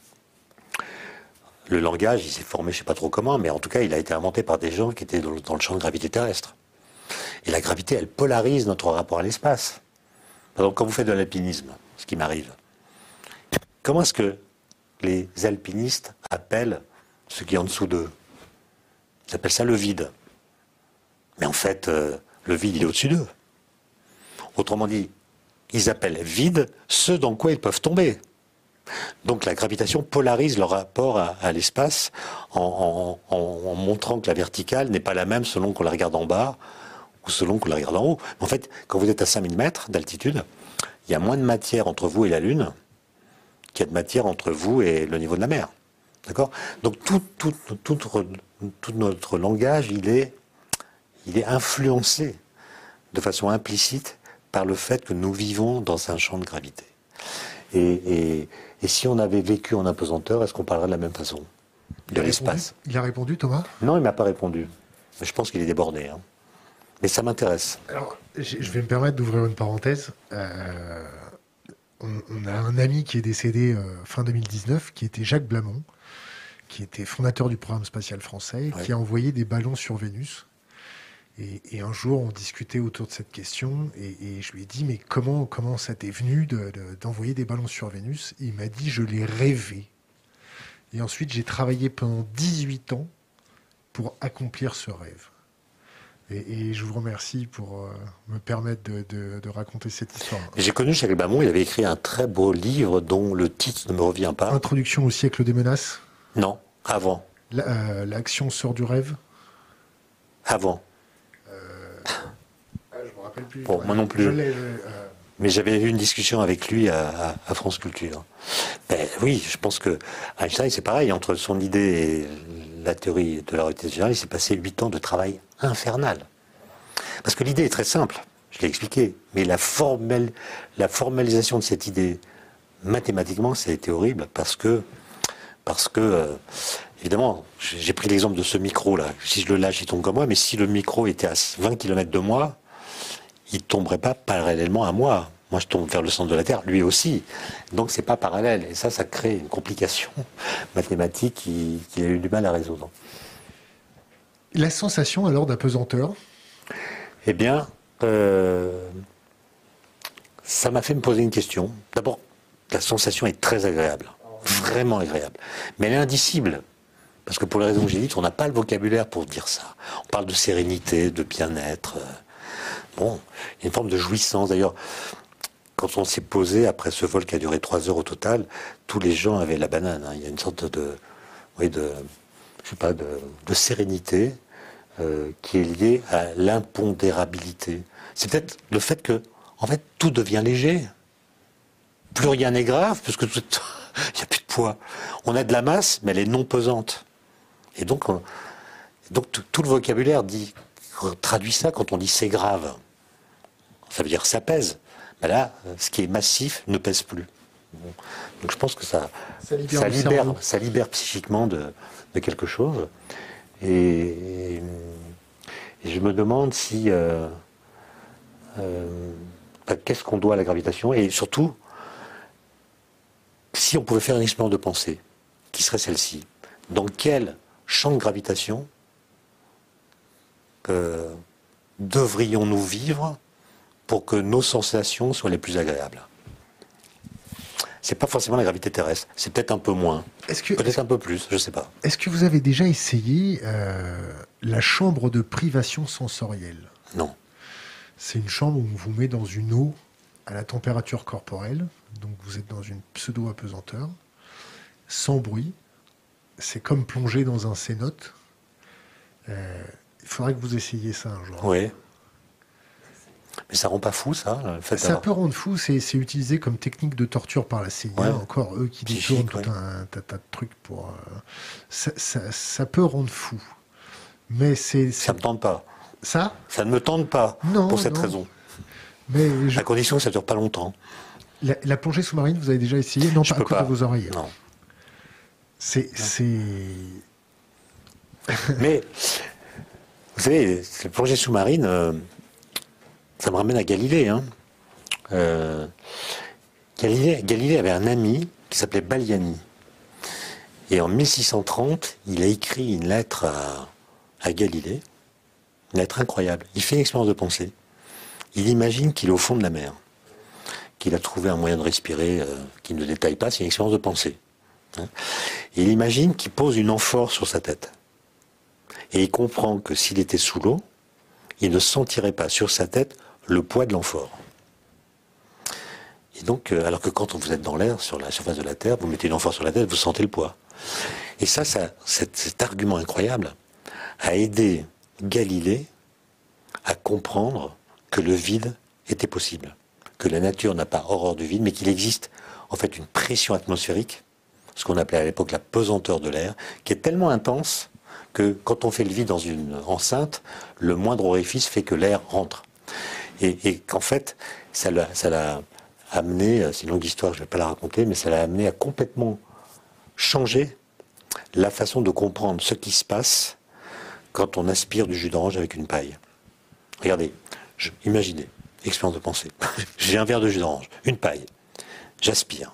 Le langage, il s'est formé, je ne sais pas trop comment, mais en tout cas, il a été inventé par des gens qui étaient dans le champ de gravité terrestre. Et la gravité, elle polarise notre rapport à l'espace. Par exemple, quand vous faites de l'alpinisme, ce qui m'arrive, comment est-ce que les alpinistes appellent ce qui est en dessous d'eux? Ils appellent ça le vide. Mais en fait, le vide, il est au-dessus d'eux. Autrement dit, ils appellent vide ce dans quoi ils peuvent tomber. Donc la gravitation polarise leur rapport à l'espace en montrant que la verticale n'est pas la même selon qu'on la regarde en bas ou selon qu'on la regarde en haut. En fait, quand vous êtes à 5000 mètres d'altitude, il y a moins de matière entre vous et la Lune qu'il y a de matière entre vous et le niveau de la mer. D'accord? Donc tout notre langage, il est influencé de façon implicite par le fait que nous vivons dans un champ de gravité. Et si on avait vécu en apesanteur, est-ce qu'on parlerait de la même façon de l'espace? Il a répondu, Thomas? Non, il ne m'a pas répondu. Mais je pense qu'il est débordé. Hein. Mais ça m'intéresse. Alors, je vais me permettre d'ouvrir une parenthèse. On a un ami qui est décédé fin 2019, qui était Jacques Blamont, qui était fondateur du programme spatial français, qui a envoyé des ballons sur Vénus. Et un jour, on discutait autour de cette question, et je lui ai dit, mais comment ça t'est venu d'envoyer des ballons sur Vénus? Il m'a dit, je l'ai rêvé. Et ensuite, j'ai travaillé pendant 18 ans pour accomplir ce rêve. Et je vous remercie pour me permettre de raconter cette histoire. J'ai connu Jacques Blamont, il avait écrit un très beau livre dont le titre ne me revient pas. Introduction au siècle des menaces? Non, avant. L'action sort du rêve? Avant. Je me rappelle plus. Bon, moi non plus. Mais j'avais eu une discussion avec lui à France Culture. Ben, oui, je pense que Einstein, c'est pareil. Entre son idée et la théorie de la relativité générale, il s'est passé 8 ans de travail infernal. Parce que l'idée est très simple, je l'ai expliqué. Mais la formalisation de cette idée, mathématiquement, ça a été horrible. Parce que évidemment, j'ai pris l'exemple de ce micro-là. Si je le lâche, il tombe comme moi. Mais si le micro était à 20 km de moi, il ne tomberait pas parallèlement à moi. Moi, je tombe vers le centre de la Terre, lui aussi. Donc, c'est pas parallèle. Et ça crée une complication mathématique qu'il a eu du mal à résoudre. La sensation, alors, d'apesanteur? Eh bien, ça m'a fait me poser une question. D'abord, la sensation est très agréable, vraiment agréable. Mais elle est indicible. Parce que pour les raisons que j'ai dites, on n'a pas le vocabulaire pour dire ça. On parle de sérénité, de bien-être. Bon, il y a une forme de jouissance. D'ailleurs, quand on s'est posé après ce vol qui a duré 3 heures au total, tous les gens avaient la banane. Hein. Il y a une sorte de, oui, je sais pas, de sérénité qui est liée à l'impondérabilité. C'est peut-être le fait que, en fait, tout devient léger. Plus rien n'est grave, parce que il n'y a plus de poids. On a de la masse, mais elle est non pesante. Et donc tout le vocabulaire traduit ça quand on dit c'est grave. Ça veut dire ça pèse. Mais là, ce qui est massif ne pèse plus. Bon. Donc je pense que ça libère psychiquement de quelque chose. Et je me demande si qu'est-ce qu'on doit à la gravitation, et surtout si on pouvait faire une expérience de pensée, qui serait celle-ci. Dans quel champ de gravitation devrions-nous vivre pour que nos sensations soient les plus agréables? C'est pas forcément la gravité terrestre, c'est peut-être un peu moins, peut-être un peu plus, je sais pas. Est-ce que vous avez déjà essayé la chambre de privation sensorielle? Non. C'est une chambre où on vous met dans une eau à la température corporelle, donc vous êtes dans une pseudo-apesanteur, sans bruit. C'est comme plonger dans un cénote. Il faudrait que vous essayiez ça un jour. Oui. Mais ça rend pas fou, ça, le fait Ça peut rendre fou, c'est utilisé comme technique de torture par la CIA, ouais. Encore eux qui détournent tout un tas de trucs pour... Ça peut rendre fou. Mais c'est... Ça me tente pas. Ça ne me tente pas, non, pour cette non. raison. Mais à condition que ça dure pas longtemps. La plongée sous-marine, vous avez déjà essayé? Non, pas à cause de vos oreilles. Non. C'est... Mais, vous savez, la plongée sous-marine, ça me ramène à Galilée. Hein. Galilée avait un ami qui s'appelait Baliani. Et en 1630, il a écrit une lettre à Galilée, une lettre incroyable. Il fait une expérience de pensée. Il imagine qu'il est au fond de la mer, qu'il a trouvé un moyen de respirer qu'il ne détaille pas, c'est une expérience de pensée. Hein. Et il imagine qu'il pose une amphore sur sa tête. Et il comprend que s'il était sous l'eau, il ne sentirait pas sur sa tête le poids de l'amphore. Et donc, alors que quand vous êtes dans l'air, sur la surface de la Terre, vous mettez une amphore sur la tête, vous sentez le poids. Et cet argument incroyable a aidé Galilée à comprendre que le vide était possible, que la nature n'a pas horreur du vide, mais qu'il existe en fait une pression atmosphérique, ce qu'on appelait à l'époque la pesanteur de l'air, qui est tellement intense que quand on fait le vide dans une enceinte, le moindre orifice fait que l'air rentre. Et qu'en fait, ça l'a amené, c'est une longue histoire, je ne vais pas la raconter, mais ça l'a amené à complètement changer la façon de comprendre ce qui se passe quand on aspire du jus d'orange avec une paille. Regardez, imaginez, expérience de pensée. J'ai un verre de jus d'orange, une paille, j'aspire.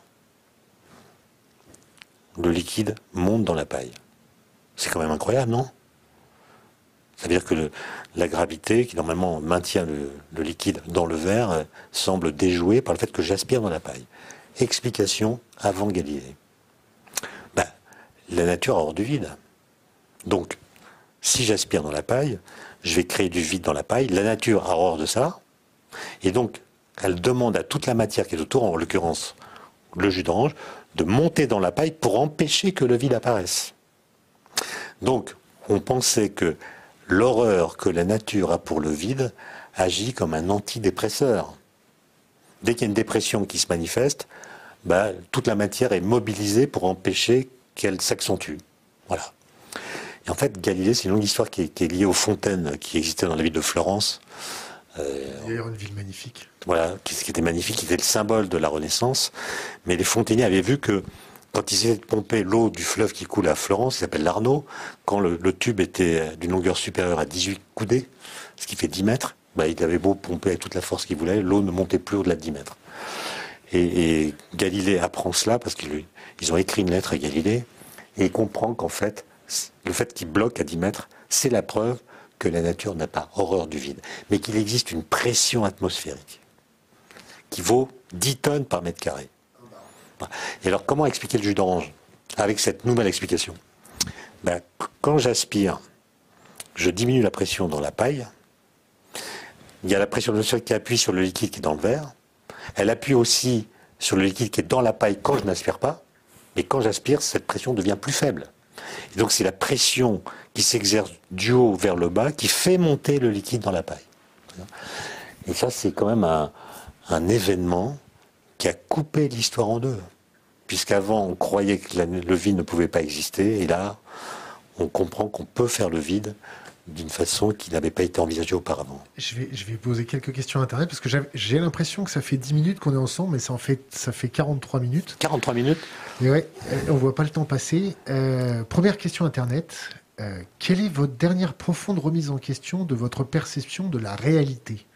Le liquide monte dans la paille. C'est quand même incroyable, non? Ça veut dire que la gravité, qui normalement maintient le liquide dans le verre, semble déjouée par le fait que j'aspire dans la paille. Explication avant Galilée. La nature a horreur du vide. Donc, si j'aspire dans la paille, je vais créer du vide dans la paille. La nature a horreur de ça. Et donc, elle demande à toute la matière qui est autour, en l'occurrence le jus d'orange, de monter dans la paille pour empêcher que le vide apparaisse. Donc, on pensait que l'horreur que la nature a pour le vide agit comme un antidépresseur. Dès qu'il y a une dépression qui se manifeste, toute la matière est mobilisée pour empêcher qu'elle s'accentue. Voilà. Et en fait, Galilée, c'est une longue histoire qui est liée aux fontaines qui existaient dans la ville de Florence. D'ailleurs, une ville magnifique. Voilà, qui était magnifique, qui était le symbole de la Renaissance. Mais les fontainiers avaient vu que quand ils essayaient de pomper l'eau du fleuve qui coule à Florence, qui s'appelle l'Arno, quand le tube était d'une longueur supérieure à 18 coudées, ce qui fait 10 mètres, il avait beau pomper avec toute la force qu'il voulait, l'eau ne montait plus au-delà de 10 mètres. Et Galilée apprend cela parce qu'ils ont écrit une lettre à Galilée et il comprend qu'en fait, le fait qu'il bloque à 10 mètres, c'est la preuve que la nature n'a pas horreur du vide, mais qu'il existe une pression atmosphérique qui vaut 10 tonnes par mètre carré. Et alors, comment expliquer le jus d'orange avec cette nouvelle explication? Ben, quand j'aspire, je diminue la pression dans la paille. Il y a la pression de l'atmosphère qui appuie sur le liquide qui est dans le verre. Elle appuie aussi sur le liquide qui est dans la paille quand je n'aspire pas. Mais quand j'aspire, cette pression devient plus faible. Et donc c'est la pression qui s'exerce du haut vers le bas qui fait monter le liquide dans la paille. Et ça, c'est quand même un événement qui a coupé l'histoire en deux. Puisqu'avant, on croyait que le vide ne pouvait pas exister. Et là, on comprend qu'on peut faire le vide d'une façon qui n'avait pas été envisagée auparavant. Je vais poser quelques questions Internet, parce que j'ai l'impression que ça fait 10 minutes qu'on est ensemble, mais ça fait 43 minutes. 43 minutes? Et ouais, on voit pas le temps passer. Première question Internet. Quelle est votre dernière profonde remise en question de votre perception de la réalité?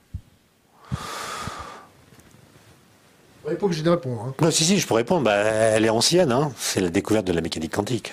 Vous n'êtes pas obligé de répondre. Hein. Non, si, je peux répondre. Bah, elle est ancienne. Hein. C'est la découverte de la mécanique quantique.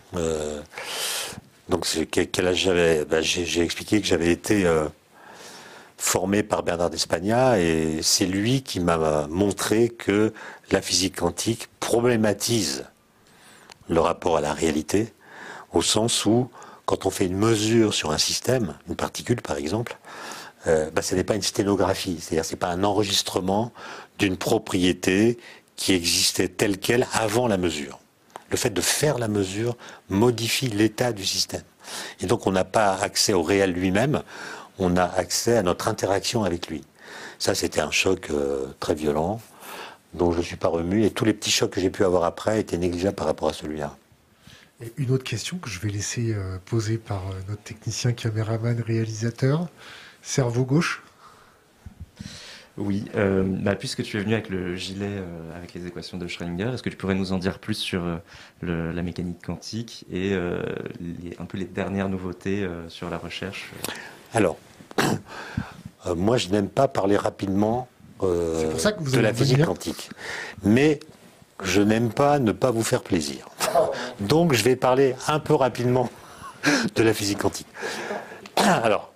Donc, quel âge j'avais? Bah, j'ai expliqué que j'avais été formé par Bernard d'Espagna, et c'est lui qui m'a montré que la physique quantique problématise le rapport à la réalité, au sens où, quand on fait une mesure sur un système, une particule par exemple, ce n'est pas une sténographie, c'est-à-dire c'est pas un enregistrement d'une propriété qui existait telle quelle avant la mesure. Le fait de faire la mesure modifie l'état du système. Et donc on n'a pas accès au réel lui-même, on a accès à notre interaction avec lui. Ça, c'était un choc très violent, dont je ne suis pas remu, et tous les petits chocs que j'ai pu avoir après étaient négligeables par rapport à celui-là. Et une autre question que je vais laisser poser par notre technicien, caméraman, réalisateur. Cerveau gauche? Oui, puisque tu es venu avec le gilet avec les équations de Schrödinger, est-ce que tu pourrais nous en dire plus sur la mécanique quantique et un peu les dernières nouveautés sur la recherche? Alors, moi je n'aime pas parler rapidement de la physique quantique, mais je n'aime pas ne pas vous faire plaisir. Donc je vais parler un peu rapidement de la physique quantique. Alors,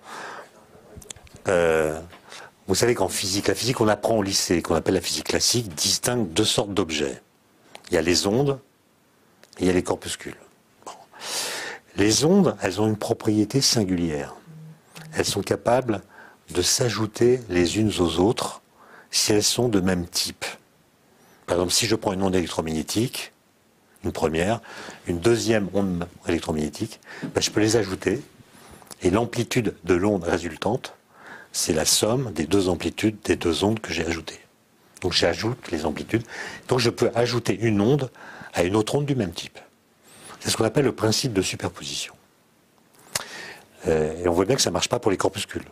vous savez qu'en physique, la physique qu'on apprend au lycée, qu'on appelle la physique classique, distingue deux sortes d'objets. Il y a les ondes et il y a les corpuscules. Bon. Les ondes, elles ont une propriété singulière. Elles sont capables de s'ajouter les unes aux autres si elles sont de même type. Par exemple, si je prends une onde électromagnétique, une première, une deuxième onde électromagnétique, je peux les ajouter, et l'amplitude de l'onde résultante, c'est la somme des deux amplitudes des deux ondes que j'ai ajoutées. Donc j'ajoute les amplitudes. Donc je peux ajouter une onde à une autre onde du même type. C'est ce qu'on appelle le principe de superposition. Et on voit bien que ça ne marche pas pour les corpuscules.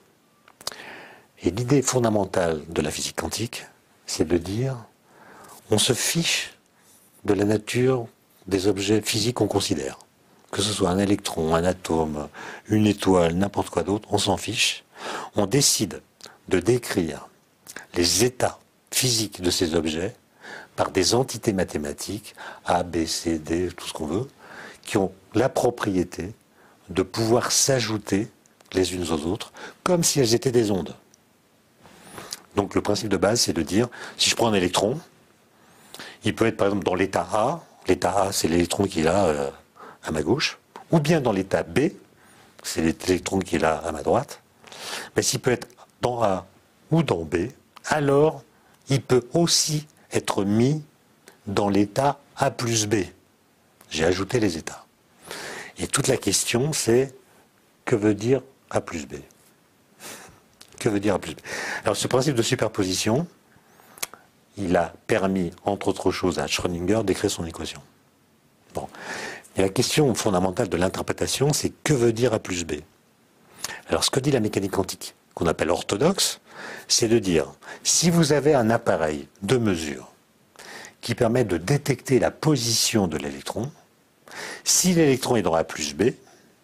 Et l'idée fondamentale de la physique quantique, c'est de dire, on se fiche de la nature des objets physiques qu'on considère. Que ce soit un électron, un atome, une étoile, n'importe quoi d'autre, on s'en fiche. On décide de décrire les états physiques de ces objets par des entités mathématiques, A, B, C, D, tout ce qu'on veut, qui ont la propriété de pouvoir s'ajouter les unes aux autres, comme si elles étaient des ondes. Donc le principe de base, c'est de dire, si je prends un électron, il peut être par exemple dans l'état A, l'état A c'est l'électron qui est là à ma gauche, ou bien dans l'état B, c'est l'électron qui est là à ma droite, mais s'il peut être dans A ou dans B, alors il peut aussi être mis dans l'état A plus B. J'ai ajouté les états. Et toute la question, c'est que veut dire A plus B? Que veut dire A plus B? Alors ce principe de superposition, il a permis, entre autres choses, à Schrödinger d'écrire son équation. Bon. Et la question fondamentale de l'interprétation, c'est que veut dire A plus B? Alors ce que dit la mécanique quantique, qu'on appelle orthodoxe, c'est de dire, si vous avez un appareil de mesure qui permet de détecter la position de l'électron, si l'électron est dans A plus B,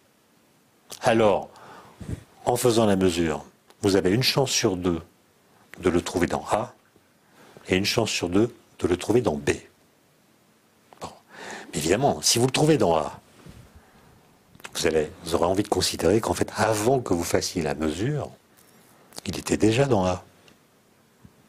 alors, en faisant la mesure, vous avez une chance sur deux de le trouver dans A et une chance sur deux de le trouver dans B. Bon. Mais évidemment, si vous le trouvez dans A, vous aurez envie de considérer qu'en fait, avant que vous fassiez la mesure, il était déjà dans A.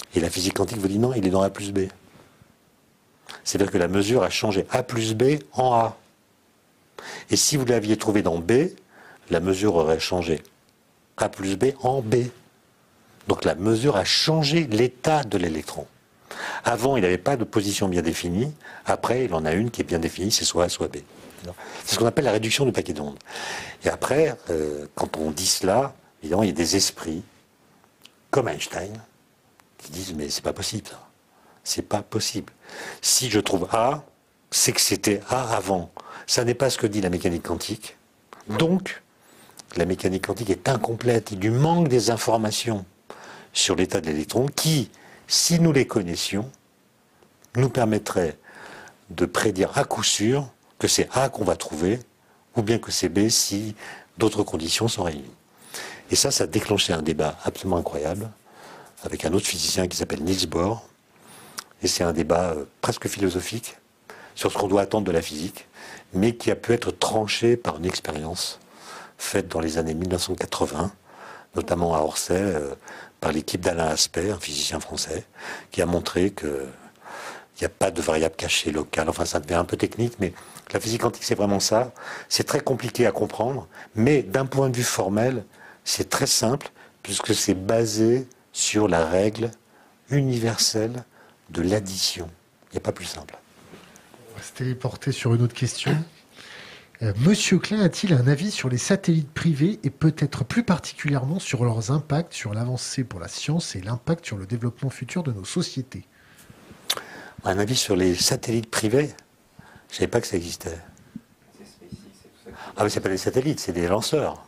Et la physique quantique vous dit non, il est dans A plus B. C'est-à-dire que la mesure a changé A plus B en A. Et si vous l'aviez trouvé dans B, la mesure aurait changé A plus B en B. Donc la mesure a changé l'état de l'électron. Avant, il n'avait pas de position bien définie. Après, il en a une qui est bien définie, c'est soit A, soit B. C'est ce qu'on appelle la réduction du paquet d'ondes. Et après, quand on dit cela, évidemment, il y a des esprits, comme Einstein, qui disent, mais c'est pas possible, ça. C'est pas possible. Si je trouve A, c'est que c'était A avant. Ça n'est pas ce que dit la mécanique quantique. Donc, la mécanique quantique est incomplète. Il lui manque des informations sur l'état de l'électron qui, si nous les connaissions, nous permettraient de prédire à coup sûr que c'est A qu'on va trouver, ou bien que c'est B si d'autres conditions sont réunies. Et ça a déclenché un débat absolument incroyable avec un autre physicien qui s'appelle Niels Bohr. Et c'est un débat presque philosophique sur ce qu'on doit attendre de la physique, mais qui a pu être tranché par une expérience faite dans les années 1980, notamment à Orsay, par l'équipe d'Alain Aspect, un physicien français, qui a montré qu'il n'y a pas de variable cachée locale. Enfin, ça devient un peu technique, mais la physique quantique, c'est vraiment ça. C'est très compliqué à comprendre, mais d'un point de vue formel, c'est très simple, puisque c'est basé sur la règle universelle de l'addition. Il n'y a pas plus simple. On va se téléporter sur une autre question. Monsieur Klein a-t-il un avis sur les satellites privés et peut-être plus particulièrement sur leurs impacts sur l'avancée pour la science et l'impact sur le développement futur de nos sociétés? Un avis sur les satellites privés? Je ne savais pas que ça existait. Ah oui, c'est pas des satellites, c'est des lanceurs.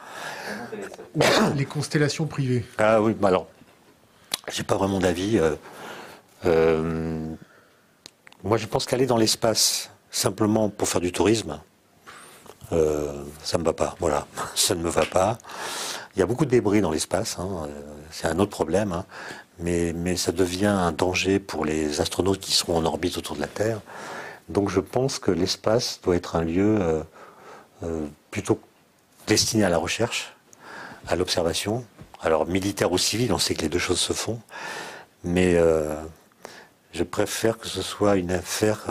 Les constellations privées. Ah oui, bah alors, j'ai pas vraiment d'avis. Moi, je pense qu'aller dans l'espace simplement pour faire du tourisme, ça me va pas. Voilà, ça ne me va pas. Il y a beaucoup de débris dans l'espace, hein, c'est un autre problème, hein, mais ça devient un danger pour les astronautes qui seront en orbite autour de la Terre. Donc, je pense que l'espace doit être un lieu plutôt destiné à la recherche, à l'observation. Alors, militaire ou civil, on sait que les deux choses se font, mais je préfère que ce soit une affaire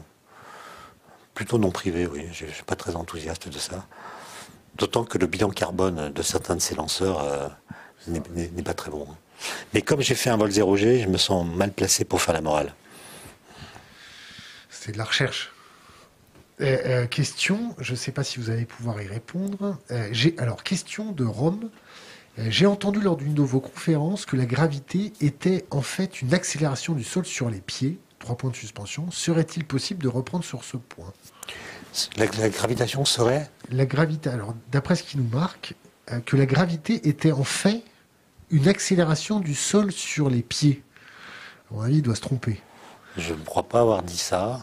plutôt non privée, oui. Je ne suis pas très enthousiaste de ça. D'autant que le bilan carbone de certains de ces lanceurs n'est pas très bon. Mais comme j'ai fait un vol 0G, je me sens mal placé pour faire la morale. C'est de la recherche. Question, je ne sais pas si vous allez pouvoir y répondre. Alors, question de Rome. J'ai entendu lors d'une de vos conférences que la gravité était en fait une accélération du sol sur les pieds. 3 points de suspension. Serait-il possible de reprendre sur ce point? La gravitation serait? La gravité, alors d'après ce qui nous marque, que la gravité était en fait une accélération du sol sur les pieds. À mon avis, il doit se tromper. Je ne crois pas avoir dit ça.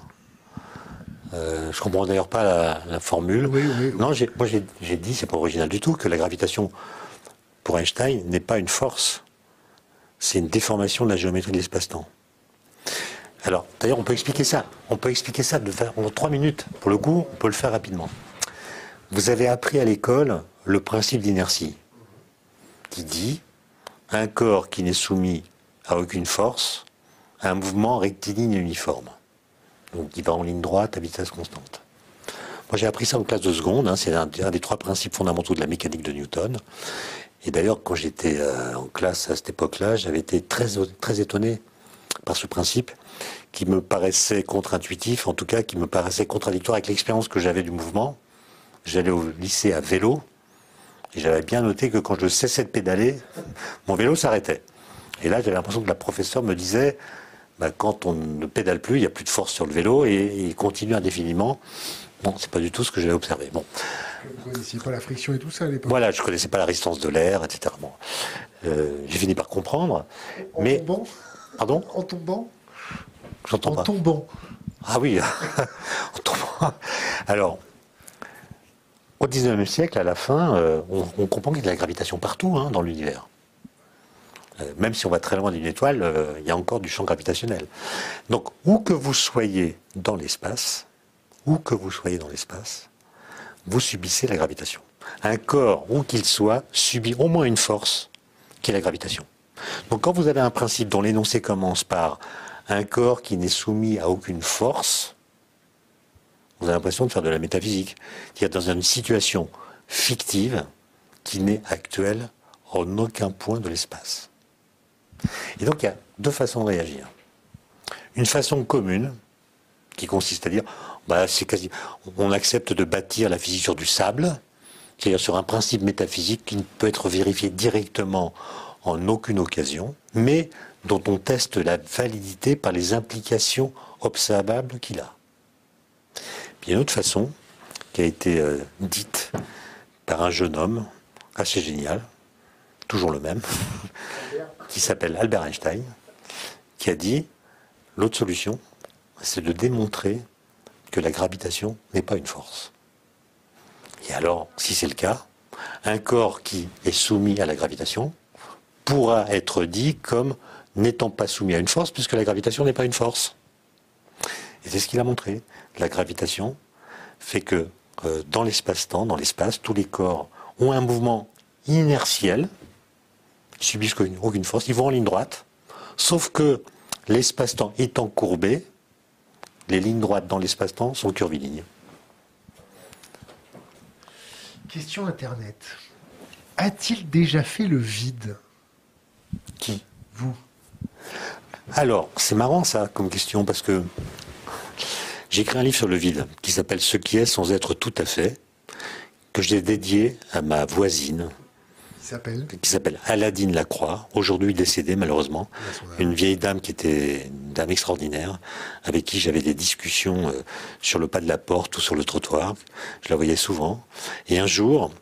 Je comprends d'ailleurs pas la formule. Oui. Non, moi j'ai dit, c'est pas original du tout, que la gravitation, pour Einstein, n'est pas une force. C'est une déformation de la géométrie de l'espace-temps. Alors, d'ailleurs, on peut expliquer ça. On peut expliquer ça en 3 minutes. Pour le coup, on peut le faire rapidement. Vous avez appris à l'école le principe d'inertie, qui dit un corps qui n'est soumis à aucune force a un mouvement rectiligne et uniforme. Donc, il va en ligne droite à vitesse constante. Moi, j'ai appris ça en classe de seconde. Hein, c'est un des 3 principes fondamentaux de la mécanique de Newton. Et d'ailleurs, quand j'étais en classe à cette époque-là, j'avais été très étonné par ce principe qui me paraissait contre-intuitif, en tout cas qui me paraissait contradictoire avec l'expérience que j'avais du mouvement. J'allais au lycée à vélo et j'avais bien noté que quand je cessais de pédaler, mon vélo s'arrêtait. Et là, j'avais l'impression que la professeure me disait quand on ne pédale plus, il n'y a plus de force sur le vélo et il continue indéfiniment. Bon, c'est pas du tout ce que j'avais observé. Bon. Vous ne connaissiez pas la friction et tout ça à l'époque? Voilà, je ne connaissais pas la résistance de l'air, etc. Bon. J'ai fini par comprendre. Mais... tombant? Pardon? En tombant? J'entends pas. En tombant. Ah oui, en tombant. Alors, au XIXe siècle, à la fin, on comprend qu'il y a de la gravitation partout dans l'univers. Même si on va très loin d'une étoile, il y a encore du champ gravitationnel. Donc, où que vous soyez dans l'espace, vous subissez la gravitation. Un corps, où qu'il soit, subit au moins une force, qui est la gravitation. Donc quand vous avez un principe dont l'énoncé commence par un corps qui n'est soumis à aucune force, vous avez l'impression de faire de la métaphysique. C'est-à-dire dans une situation fictive qui n'est actuelle en aucun point de l'espace. Et donc il y a deux façons de réagir. Une façon commune, qui consiste à dire, on accepte de bâtir la physique sur du sable, c'est-à-dire sur un principe métaphysique qui ne peut être vérifié directement en aucune occasion, mais dont on teste la validité par les implications observables qu'il a. Puis il y a une autre façon qui a été dite par un jeune homme assez génial, toujours le même, qui s'appelle Albert Einstein, qui a dit l'autre solution, c'est de démontrer que la gravitation n'est pas une force. Et alors, si c'est le cas, un corps qui est soumis à la gravitation pourra être dit comme n'étant pas soumis à une force, puisque la gravitation n'est pas une force. Et c'est ce qu'il a montré. La gravitation fait que dans l'espace-temps, dans l'espace, tous les corps ont un mouvement inertiel, ils subissent aucune force, ils vont en ligne droite, sauf que l'espace-temps étant courbé, les lignes droites dans l'espace-temps sont curvilignes. Question Internet. A-t-il déjà fait le vide? Qui? Vous. Alors, c'est marrant ça comme question, parce que j'ai écrit un livre sur le vide qui s'appelle « Ce qui est sans être tout à fait », que j'ai dédié à ma voisine, qui s'appelle Aladine Lacroix, aujourd'hui décédée malheureusement, une vieille dame qui était une dame extraordinaire, avec qui j'avais des discussions sur le pas de la porte ou sur le trottoir. Je la voyais souvent. Et un jour,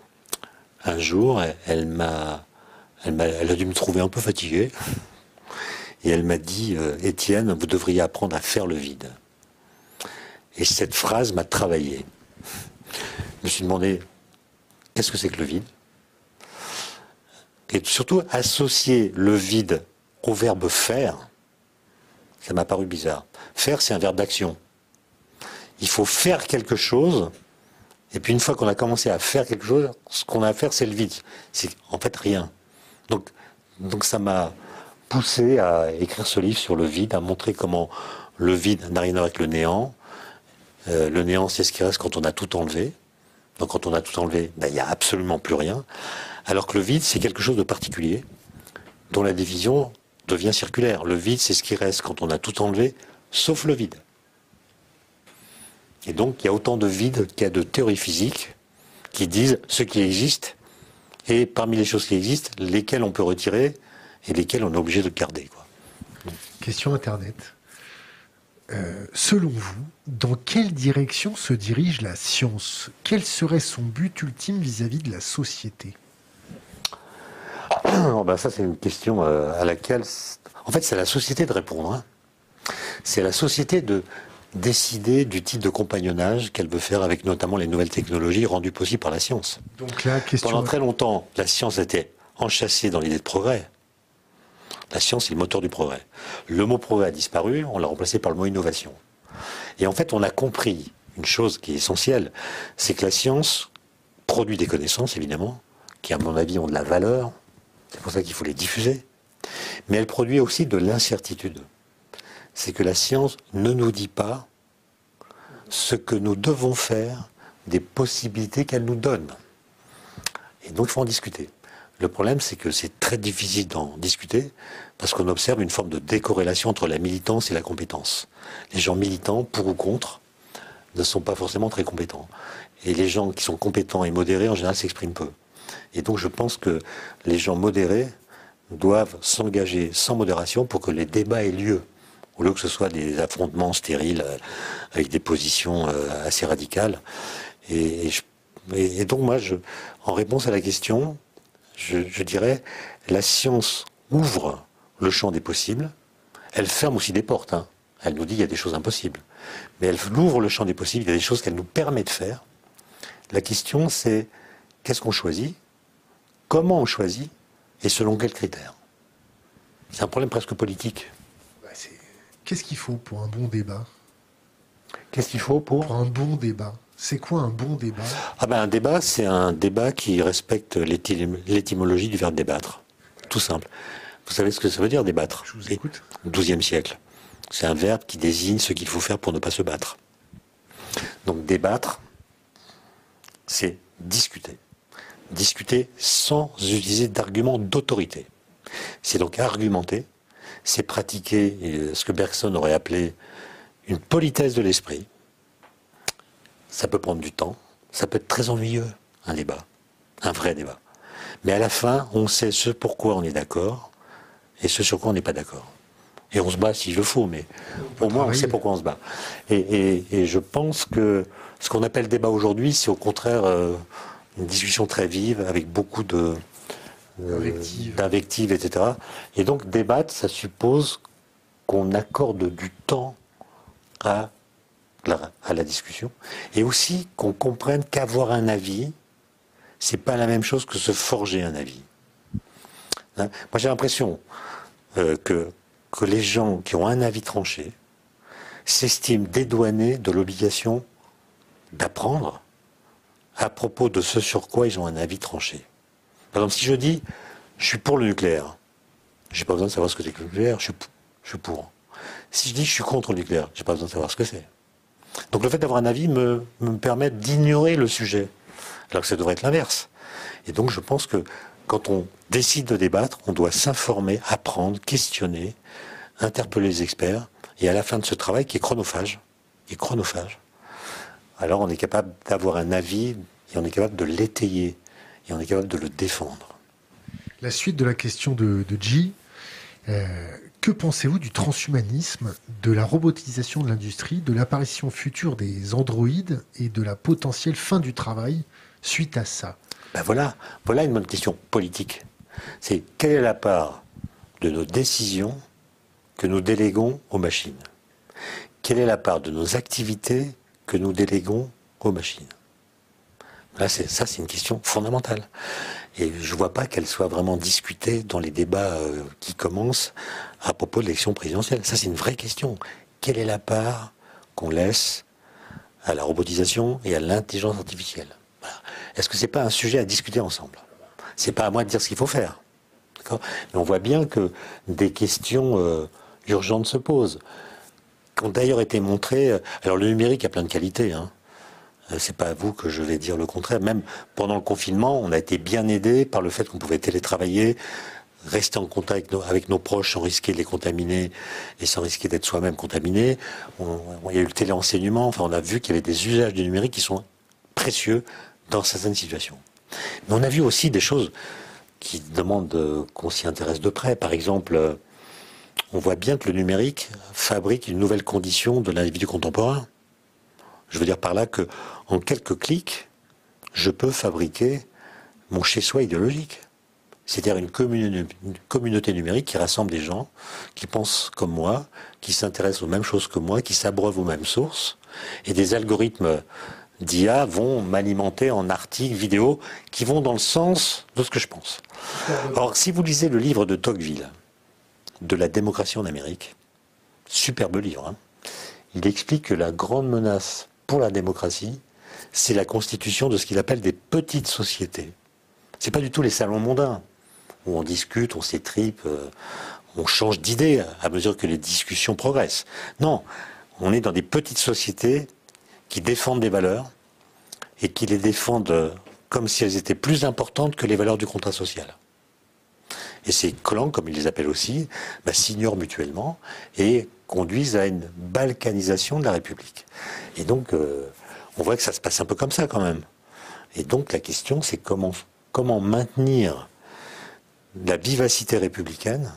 elle a dû me trouver un peu fatigué. Et elle m'a dit « Étienne, vous devriez apprendre à faire le vide ». Et cette phrase m'a travaillé. Je me suis demandé, qu'est-ce que c'est que le vide? Et surtout, associer le vide au verbe faire, ça m'a paru bizarre. Faire, c'est un verbe d'action. Il faut faire quelque chose, et puis une fois qu'on a commencé à faire quelque chose, ce qu'on a à faire, c'est le vide. C'est en fait rien. Donc ça m'a poussé à écrire ce livre sur le vide, à montrer comment le vide n'a rien à voir avec le néant. Le néant, c'est ce qui reste quand on a tout enlevé. Donc quand on a tout enlevé, il n'y a absolument plus rien. Alors que le vide, c'est quelque chose de particulier, dont la division devient circulaire. Le vide, c'est ce qui reste quand on a tout enlevé, sauf le vide. Et donc, il y a autant de vide qu'il y a de théories physiques qui disent ce qui existe, et parmi les choses qui existent, lesquelles on peut retirer et lesquelles on est obligé de garder, quoi. Question Internet. Selon vous, dans quelle direction se dirige la science? Quel serait son but ultime vis-à-vis de la société? Ça, c'est une question à laquelle... En fait, c'est à la société de répondre. Hein. C'est à la société de décider du type de compagnonnage qu'elle veut faire avec notamment les nouvelles technologies rendues possibles par la science. Donc la question... Pendant très longtemps, la science était enchâssée dans l'idée de progrès. La science est le moteur du progrès. Le mot progrès a disparu, on l'a remplacé par le mot innovation. Et en fait, on a compris une chose qui est essentielle, c'est que la science produit des connaissances, évidemment, qui, à mon avis, ont de la valeur. C'est pour ça qu'il faut les diffuser. Mais elle produit aussi de l'incertitude. C'est que la science ne nous dit pas ce que nous devons faire des possibilités qu'elle nous donne. Et donc, il faut en discuter. Le problème, c'est que c'est très difficile d'en discuter parce qu'on observe une forme de décorrélation entre la militance et la compétence. Les gens militants, pour ou contre, ne sont pas forcément très compétents. Et les gens qui sont compétents et modérés, en général, s'expriment peu. Et donc, je pense que les gens modérés doivent s'engager sans modération pour que les débats aient lieu, au lieu que ce soit des affrontements stériles avec des positions assez radicales. Et donc, moi, en réponse à la question... Je dirais, la science ouvre le champ des possibles, elle ferme aussi des portes. Hein. Elle nous dit qu'il y a des choses impossibles. Mais elle ouvre le champ des possibles, il y a des choses qu'elle nous permet de faire. La question, c'est qu'est-ce qu'on choisit, comment on choisit, et selon quels critères. C'est un problème presque politique. Qu'est-ce qu'il faut pour un bon débat? Qu'est-ce qu'il faut pour un bon débat? C'est quoi un bon débat? Un débat, c'est un débat qui respecte l'étymologie du verbe débattre. Tout simple. Vous savez ce que ça veut dire, débattre? Je vous écoute. Au XIIe siècle. C'est un verbe qui désigne ce qu'il faut faire pour ne pas se battre. Donc débattre, c'est discuter. Discuter sans utiliser d'arguments d'autorité. C'est donc argumenter, c'est pratiquer ce que Bergson aurait appelé une politesse de l'esprit. Ça peut prendre du temps, ça peut être très ennuyeux, un débat, un vrai débat. Mais à la fin, on sait ce pourquoi on est d'accord et ce sur quoi on n'est pas d'accord. Et on se bat s'il le faut, mais au moins on sait pourquoi on se bat. Et je pense que ce qu'on appelle débat aujourd'hui, c'est au contraire une discussion très vive, avec beaucoup d'invectives, etc. Et donc débattre, ça suppose qu'on accorde du temps à la discussion, et aussi qu'on comprenne qu'avoir un avis, c'est pas la même chose que se forger un avis. Hein? Moi j'ai l'impression que les gens qui ont un avis tranché s'estiment dédouanés de l'obligation d'apprendre à propos de ce sur quoi ils ont un avis tranché. Par exemple, si je dis je suis pour le nucléaire, j'ai pas besoin de savoir ce que c'est que le nucléaire, je suis pour. Si je dis je suis contre le nucléaire, j'ai pas besoin de savoir ce que c'est. Donc le fait d'avoir un avis me permet d'ignorer le sujet, alors que ça devrait être l'inverse. Et donc je pense que quand on décide de débattre, on doit s'informer, apprendre, questionner, interpeller les experts, et à la fin de ce travail qui est chronophage, alors on est capable d'avoir un avis, et on est capable de l'étayer, et on est capable de le défendre. La suite de la question de Guy, que pensez-vous du transhumanisme, de la robotisation de l'industrie, de l'apparition future des androïdes et de la potentielle fin du travail suite à ça? Ben voilà une bonne question politique. C'est quelle est la part de nos décisions que nous déléguons aux machines? Quelle est la part de nos activités que nous déléguons aux machines? Là, c'est une question fondamentale. Et je ne vois pas qu'elle soit vraiment discutée dans les débats qui commencent à propos de l'élection présidentielle. Ça, c'est une vraie question. Quelle est la part qu'on laisse à la robotisation et à l'intelligence artificielle? Voilà. Est-ce que ce n'est pas un sujet à discuter ensemble? Ce n'est pas à moi de dire ce qu'il faut faire. D'accord? Mais on voit bien que des questions urgentes se posent, qui ont d'ailleurs été montrées. Alors le numérique a plein de qualités, hein. C'est pas à vous que je vais dire le contraire. Même pendant le confinement, on a été bien aidé par le fait qu'on pouvait télétravailler, rester en contact avec nos proches sans risquer de les contaminer et sans risquer d'être soi-même contaminé. Il y a eu le téléenseignement. Enfin, on a vu qu'il y avait des usages du numérique qui sont précieux dans certaines situations. Mais on a vu aussi des choses qui demandent qu'on s'y intéresse de près. Par exemple, on voit bien que le numérique fabrique une nouvelle condition de l'individu contemporain. Je veux dire par là que, en quelques clics, je peux fabriquer mon chez-soi idéologique. C'est-à-dire une communauté numérique qui rassemble des gens qui pensent comme moi, qui s'intéressent aux mêmes choses que moi, qui s'abreuvent aux mêmes sources. Et des algorithmes d'IA vont m'alimenter en articles, vidéos, qui vont dans le sens de ce que je pense. Or, si vous lisez le livre de Tocqueville, de la démocratie en Amérique, superbe livre, hein, il explique que la grande menace pour la démocratie, c'est la constitution de ce qu'il appelle des petites sociétés. C'est pas du tout les salons mondains, où on discute, on s'étripe, on change d'idées à mesure que les discussions progressent. Non, on est dans des petites sociétés qui défendent des valeurs et qui les défendent comme si elles étaient plus importantes que les valeurs du contrat social. Et ces clans, comme ils les appellent aussi, s'ignorent mutuellement et conduisent à une balkanisation de la République. Et donc, on voit que ça se passe un peu comme ça quand même. Et donc, la question, c'est comment maintenir la vivacité républicaine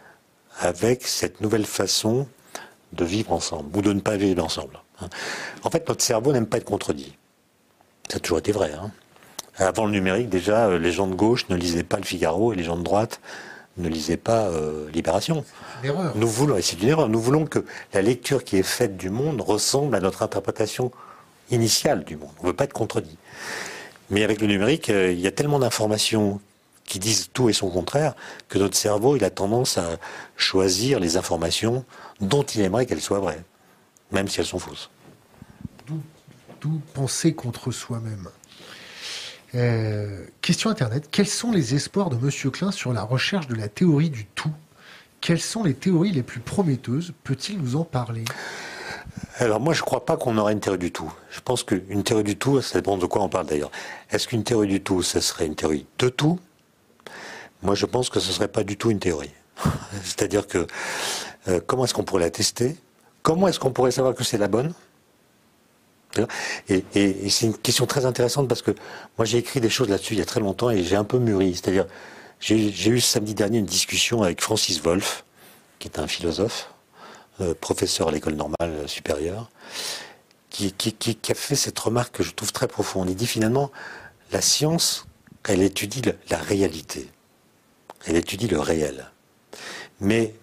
avec cette nouvelle façon de vivre ensemble, ou de ne pas vivre ensemble. En fait, notre cerveau n'aime pas être contredit. Ça a toujours été vrai, hein. Avant le numérique, déjà, les gens de gauche ne lisaient pas Le Figaro et les gens de droite ne lisaient pas Libération. C'est une erreur. C'est une erreur. Nous voulons que la lecture qui est faite du monde ressemble à notre interprétation initiale du monde. On ne veut pas être contredit. Mais avec le numérique, il y a tellement d'informations qui disent tout et son contraire que notre cerveau, il a tendance à choisir les informations dont il aimerait qu'elles soient vraies, même si elles sont fausses. D'où penser contre soi-même. Question Internet. Quels sont les espoirs de Monsieur Klein sur la recherche de la théorie du tout quelles sont les théories les plus prometteuses? Peut-il nous en parler? Alors moi, je ne crois pas qu'on aurait une théorie du tout. Je pense qu'une théorie du tout, ça dépend de quoi on parle d'ailleurs. Est-ce qu'une théorie du tout, ce serait une théorie de tout? Moi, je pense que ce ne serait pas du tout une théorie. C'est-à-dire que comment est-ce qu'on pourrait la tester? Comment est-ce qu'on pourrait savoir que c'est la bonne? Et c'est une question très intéressante parce que moi, j'ai écrit des choses là-dessus il y a très longtemps et j'ai un peu mûri. C'est-à-dire, j'ai eu samedi dernier une discussion avec Francis Wolff, qui est un philosophe, professeur à l'école normale supérieure, qui a fait cette remarque que je trouve très profonde. Il dit finalement, la science, elle étudie la réalité. Elle étudie le réel. Mais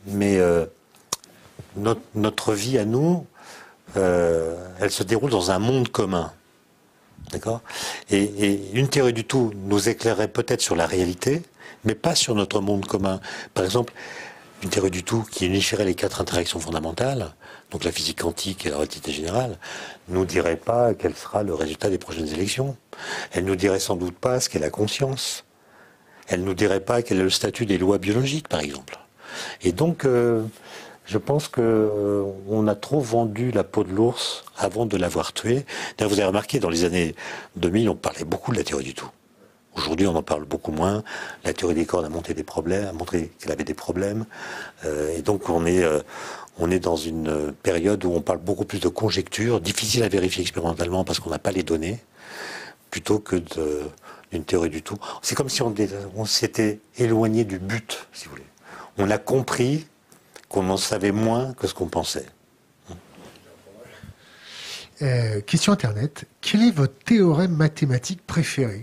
notre vie à nous, elle se déroule dans un monde commun. D'accord? Et une théorie du tout nous éclairerait peut-être sur la réalité, mais pas sur notre monde commun. Par exemple, une théorie du tout qui unifierait les 4 interactions fondamentales, donc la physique quantique et la relativité générale, nous dirait pas quel sera le résultat des prochaines élections. Elle nous dirait sans doute pas ce qu'est la conscience. Elle nous dirait pas quel est le statut des lois biologiques, par exemple. Et donc, je pense que on a trop vendu la peau de l'ours avant de l'avoir tué. D'ailleurs, vous avez remarqué, dans les années 2000, on parlait beaucoup de la théorie du tout. Aujourd'hui, on en parle beaucoup moins. La théorie des cordes a montré qu'elle avait des problèmes. Et donc, on est dans une période où on parle beaucoup plus de conjectures, difficiles à vérifier expérimentalement parce qu'on n'a pas les données, plutôt que d'une théorie du tout. C'est comme si on s'était éloigné du but, si vous voulez. On a compris qu'on en savait moins que ce qu'on pensait. Question Internet. Quel est votre théorème mathématique préféré?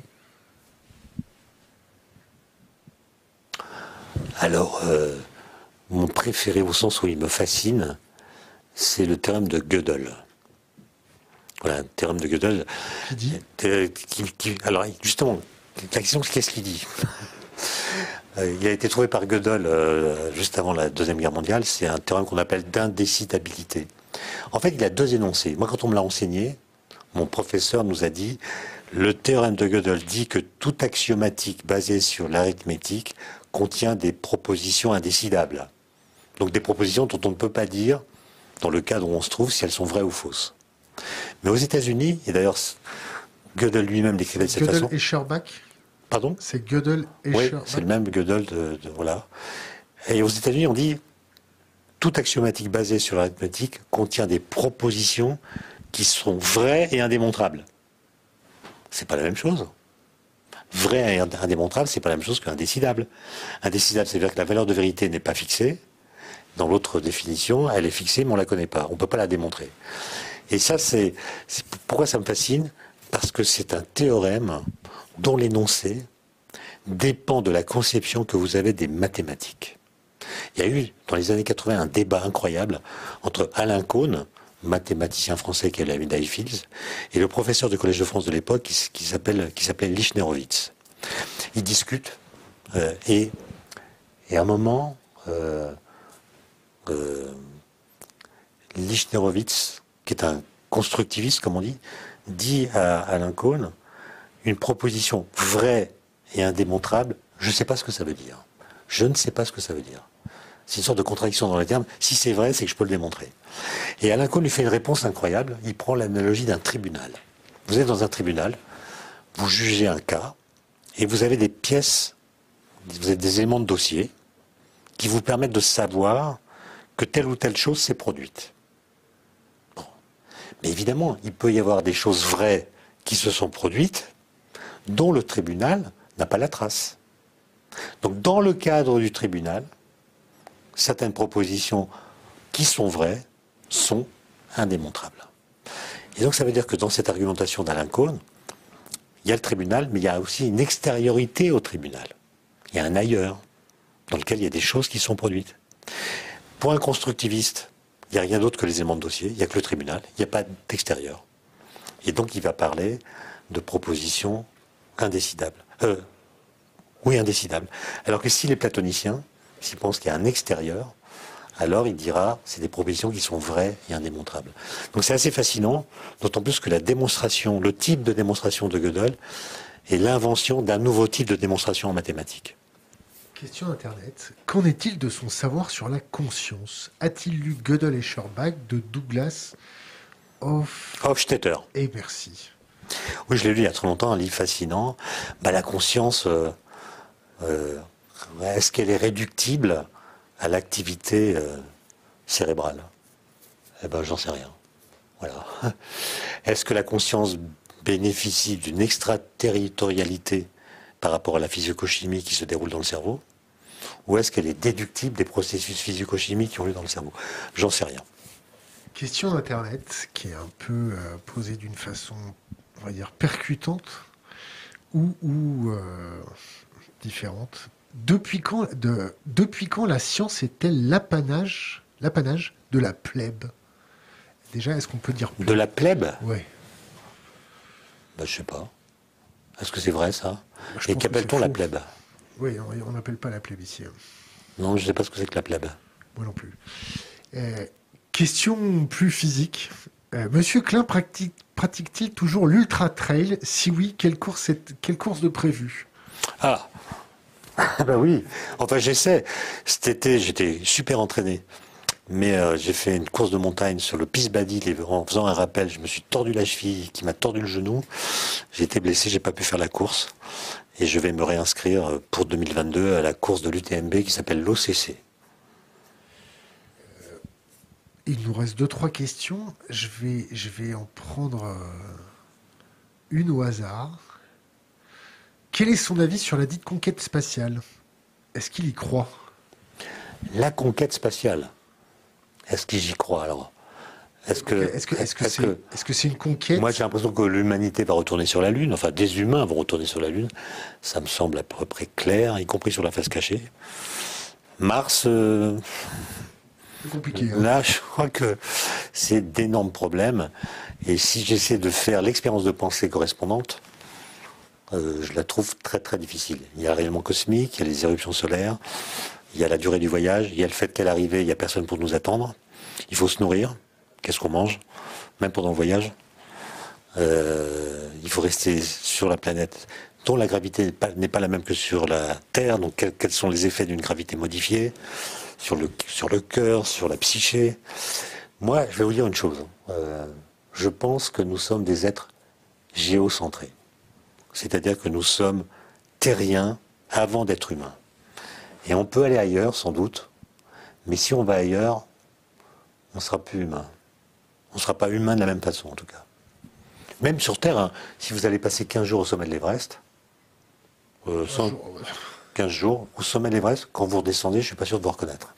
Alors, mon préféré au sens où il me fascine, c'est le théorème de Gödel. Voilà, un théorème de Gödel. Alors, justement, la question, c'est qu'est-ce qu'il dit? Il a été trouvé par Gödel juste avant la Deuxième Guerre mondiale. C'est un théorème qu'on appelle d'indécidabilité. En fait, il a 2 énoncés. Moi, quand on me l'a enseigné, mon professeur nous a dit le théorème de Gödel dit que toute axiomatique basée sur l'arithmétique contient des propositions indécidables. Donc des propositions dont on ne peut pas dire, dans le cadre où on se trouve, si elles sont vraies ou fausses. Mais aux États-Unis, et d'ailleurs Gödel lui-même l'écrivait de cette façon. Gödel et Scherbach. Pardon? C'est Gödel et Scherbach. Oui, c'est le même Gödel voilà. Et aux États-Unis, on dit toute axiomatique basée sur l'arithmétique contient des propositions qui sont vraies et indémontrables. C'est pas la même chose. Vrai et indémontrable, c'est pas la même chose qu'indécidable. Indécidable, c'est-à-dire que la valeur de vérité n'est pas fixée. Dans l'autre définition, elle est fixée, mais on la connaît pas. On peut pas la démontrer. Et ça, c'est pourquoi ça me fascine, parce que c'est un théorème dont l'énoncé dépend de la conception que vous avez des mathématiques. Il y a eu, dans les années 80, un débat incroyable entre Alain Caunes, mathématicien français qui a eu la médaille Fields, et le professeur du Collège de France de l'époque qui s'appelait Lichnerowitz. Ils discutent et à un moment, Lichnerowitz, qui est un constructiviste, comme on dit à Alain Caunes une proposition vraie et indémontrable, je ne sais pas ce que ça veut dire. Je ne sais pas ce que ça veut dire. C'est une sorte de contradiction dans les termes. Si c'est vrai, c'est que je peux le démontrer. Et Alain Caunes lui fait une réponse incroyable. Il prend l'analogie d'un tribunal. Vous êtes dans un tribunal, vous jugez un cas, et vous avez des pièces, vous avez des éléments de dossier qui vous permettent de savoir que telle ou telle chose s'est produite. Bon. Mais évidemment, il peut y avoir des choses vraies qui se sont produites, dont le tribunal n'a pas la trace. Donc, dans le cadre du tribunal, certaines propositions qui sont vraies sont indémontrables. Et donc ça veut dire que dans cette argumentation d'Alain Caunes, il y a le tribunal, mais il y a aussi une extériorité au tribunal. Il y a un ailleurs, dans lequel il y a des choses qui sont produites. Pour un constructiviste, il n'y a rien d'autre que les éléments de dossier, il n'y a que le tribunal, il n'y a pas d'extérieur. Et donc il va parler de propositions indécidables. Oui, indécidables. Alors que s'il est platonicien, s'il pense qu'il y a un extérieur, alors il dira c'est des propositions qui sont vraies et indémontrables. Donc c'est assez fascinant, d'autant plus que la démonstration, le type de démonstration de Gödel est l'invention d'un nouveau type de démonstration en mathématiques. Question Internet. Qu'en est-il de son savoir sur la conscience? A-t-il lu Gödel et Scherbach de Douglas Hofstadter. Et merci. Oui, je l'ai lu il y a très longtemps, un livre fascinant. La conscience, est-ce qu'elle est réductible à l'activité cérébrale? Eh ben, j'en sais rien. Voilà. Est-ce que la conscience bénéficie d'une extraterritorialité par rapport à la physico-chimie qui se déroule dans le cerveau? Ou est-ce qu'elle est déductible des processus physico-chimiques qui ont lieu dans le cerveau? J'en sais rien. Question Internet qui est un peu posée d'une façon, on va dire, percutante ou différente. Depuis quand la science est-elle l'apanage de la plèbe? Déjà, est-ce qu'on peut dire plèbe? De la plèbe? Oui. Je sais pas. Est-ce que c'est vrai, ça? Je Et pense qu'appelle-t-on que la c'est plèbe? Oui, on n'appelle pas la plèbe ici. Non, je ne sais pas ce que c'est que la plèbe. Moi non plus. Question plus physique. Monsieur Klein pratique-t-il toujours l'ultra trail? Si oui, quelle course de prévu? Ah, bah oui. Enfin, j'essaie. Cet été, j'étais super entraîné. Mais j'ai fait une course de montagne sur le Pisbadil en faisant un rappel. Je me suis tordu la cheville, qui m'a tordu le genou. J'ai été blessé, j'ai pas pu faire la course. Et je vais me réinscrire pour 2022 à la course de l'UTMB qui s'appelle l'OCC. Il nous reste 2-3 questions. Je vais en prendre une au hasard. Quel est son avis sur la dite conquête spatiale? Est-ce qu'il y croit? La conquête spatiale. Est-ce que j'y crois alors? Est-ce que c'est une conquête? Moi, j'ai l'impression que l'humanité va retourner sur la Lune. Enfin, des humains vont retourner sur la Lune. Ça me semble à peu près clair, y compris sur la face cachée. Mars, c'est compliqué. Là, je crois que c'est d'énormes problèmes. Et si j'essaie de faire l'expérience de pensée correspondante, je la trouve très très difficile. Il y a le rayonnement cosmique, il y a les éruptions solaires, il y a la durée du voyage, il y a le fait qu'à l'arrivée, il n'y a personne pour nous attendre. Il faut se nourrir. Qu'est-ce qu'on mange? Même pendant le voyage. Il faut rester sur la planète dont la gravité n'est pas la même que sur la Terre. Donc quels sont les effets d'une gravité modifiée sur le cœur, sur la psyché? Moi, je vais vous dire une chose. Je pense que nous sommes des êtres géocentrés. C'est-à-dire que nous sommes terriens avant d'être humains. Et on peut aller ailleurs, sans doute, mais si on va ailleurs, on ne sera plus humain. On ne sera pas humain de la même façon, en tout cas. Même sur Terre, hein, si vous allez passer 15 jours au sommet de l'Everest, 15 jours au sommet de l'Everest, quand vous redescendez, je ne suis pas sûr de vous reconnaître.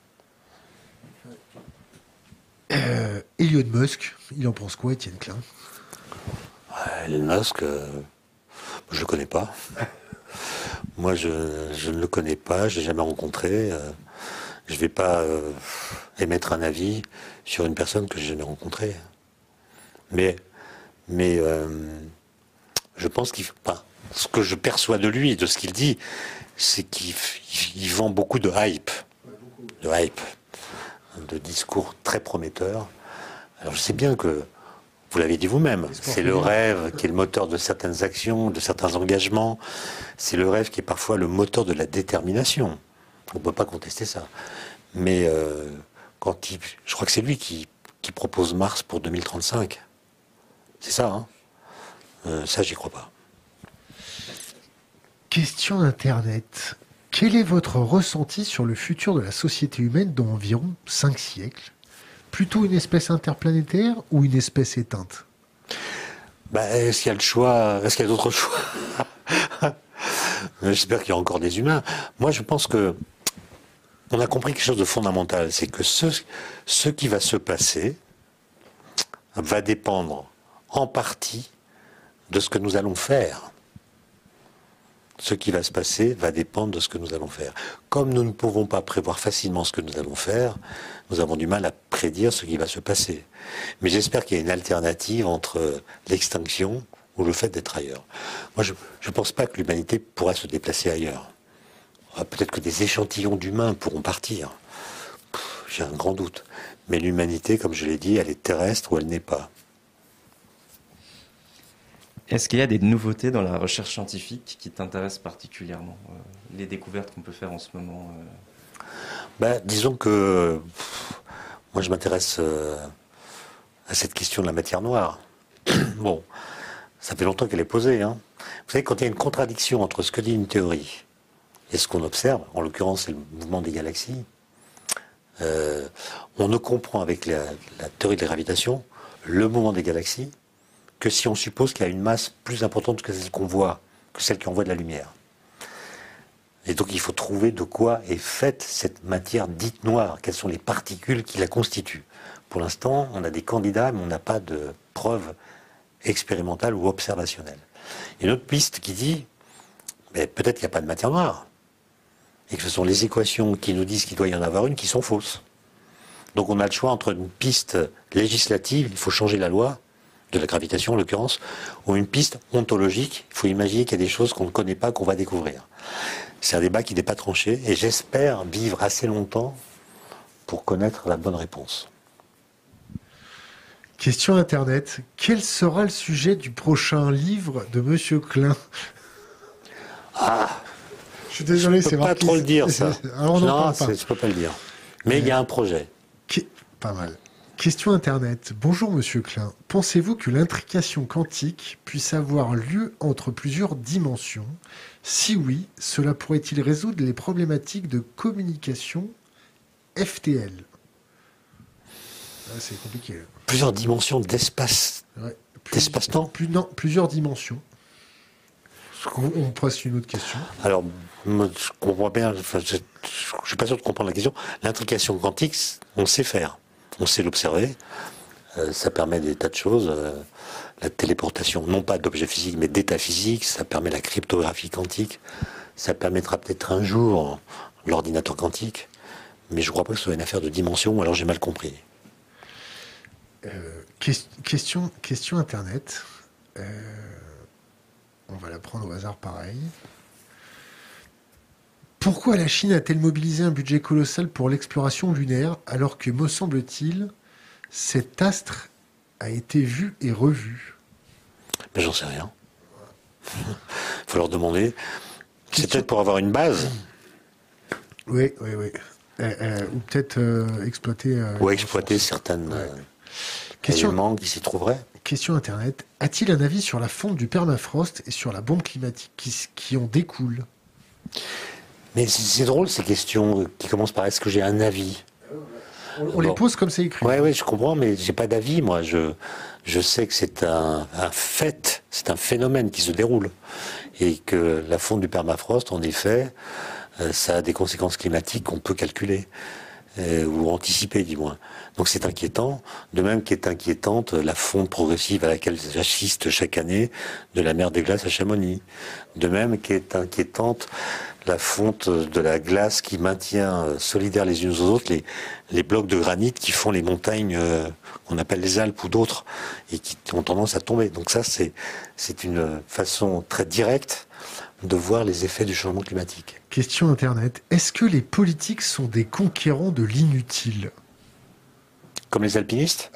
Elon Musk, il en pense quoi, Étienne Klein? Elon Musk, je ne le connais pas. Moi, je ne le connais pas, je ne l'ai jamais rencontré. Je ne vais pas émettre un avis sur une personne que je n'ai jamais rencontrée. Mais je pense ce que je perçois de lui, de ce qu'il dit, c'est qu'il vend beaucoup de hype. De discours très prometteurs. Alors je sais bien que, vous l'avez dit vous-même, c'est le rêve qui est le moteur de certaines actions, de certains engagements. C'est le rêve qui est parfois le moteur de la détermination. On ne peut pas contester ça. Mais je crois que c'est lui qui propose Mars pour 2035. C'est ça, hein? Ça, j'y crois pas. Question Internet. Quel est votre ressenti sur le futur de la société humaine dans environ 5 siècles? Plutôt une espèce interplanétaire ou une espèce éteinte? Est-ce qu'il y a le choix? Est-ce qu'il y a d'autres choix? J'espère qu'il y a encore des humains. Moi, je pense que on a compris quelque chose de fondamental, c'est que ce qui va se passer va dépendre en partie de ce que nous allons faire. Ce qui va se passer va dépendre de ce que nous allons faire. Comme nous ne pouvons pas prévoir facilement ce que nous allons faire, nous avons du mal à prédire ce qui va se passer. Mais j'espère qu'il y a une alternative entre l'extinction ou le fait d'être ailleurs. Moi, je ne pense pas que l'humanité pourra se déplacer ailleurs. Peut-être que des échantillons d'humains pourront partir. J'ai un grand doute. Mais l'humanité, comme je l'ai dit, elle est terrestre ou elle n'est pas. Est-ce qu'il y a des nouveautés dans la recherche scientifique qui t'intéressent particulièrement, les découvertes qu'on peut faire en ce moment Disons que moi je m'intéresse à cette question de la matière noire. Bon, ça fait longtemps qu'elle est posée. Vous savez, quand il y a une contradiction entre ce que dit une théorie et ce qu'on observe, en l'occurrence c'est le mouvement des galaxies, on ne comprend avec la théorie de la gravitation le mouvement des galaxies que si on suppose qu'il y a une masse plus importante que celle qu'on voit, que celle qui envoie de la lumière. Et donc il faut trouver de quoi est faite cette matière dite noire, quelles sont les particules qui la constituent. Pour l'instant, on a des candidats, mais on n'a pas de preuves expérimentales ou observationnelles. Il y a une autre piste qui dit, peut-être qu'il n'y a pas de matière noire, et que ce sont les équations qui nous disent qu'il doit y en avoir une qui sont fausses. Donc on a le choix entre une piste législative, il faut changer la loi, de la gravitation en l'occurrence, ou une piste ontologique, il faut imaginer qu'il y a des choses qu'on ne connaît pas, qu'on va découvrir. C'est un débat qui n'est pas tranché, et j'espère vivre assez longtemps pour connaître la bonne réponse. Question Internet. Quel sera le sujet du prochain livre de Monsieur Klein? Je suis désolé, c'est marqué. Je peux pas trop le dire, ça. Alors on n'en parle pas. Je peux pas le dire. Mais il y a un projet. Pas mal. Question Internet. Bonjour Monsieur Klein. Pensez-vous que l'intrication quantique puisse avoir lieu entre plusieurs dimensions? Si oui, cela pourrait-il résoudre les problématiques de communication FTL? C'est compliqué. Plusieurs dimensions d'espace. Ouais. D'espace-temps? Non, plusieurs dimensions. On pose une autre question. Alors, je comprends bien, je suis pas sûr de comprendre la question. L'intrication quantique, on sait faire. On sait l'observer. Ça permet des tas de choses. La téléportation, non pas d'objets physiques, mais d'états physiques. Ça permet la cryptographie quantique. Ça permettra peut-être un jour l'ordinateur quantique. Mais je ne crois pas que ce soit une affaire de dimension, ou alors j'ai mal compris. Question Internet. On va la prendre au hasard pareil. Pourquoi la Chine a-t-elle mobilisé un budget colossal pour l'exploration lunaire alors que, me semble-t-il, cet astre a été vu et revu? Mais j'en sais rien. Il faut leur demander. C'est peut-être pour avoir une base. Oui. Ou peut-être exploiter... ou exploiter certaines éléments qui s'y trouveraient. Question Internet. A-t-il un avis sur la fonte du permafrost et sur la bombe climatique qui en découle? Mais c'est drôle ces questions qui commencent par est-ce que j'ai un avis? On les pose comme c'est écrit. Oui, je comprends, mais j'ai pas d'avis, moi. Je sais que c'est un fait, c'est un phénomène qui se déroule. Et que la fonte du permafrost, en effet, ça a des conséquences climatiques qu'on peut calculer. Ou anticiper, du moins. Donc c'est inquiétant, de même qu'est inquiétante la fonte progressive à laquelle j'assiste chaque année de la mer des glaces à Chamonix. De même qu'est inquiétante la fonte de la glace qui maintient solidaires les unes aux autres les blocs de granit qui font les montagnes qu'on appelle les Alpes ou d'autres et qui ont tendance à tomber. Donc ça, c'est une façon très directe de voir les effets du changement climatique. Question Internet. Est-ce que les politiques sont des conquérants de l'inutile? Comme les alpinistes?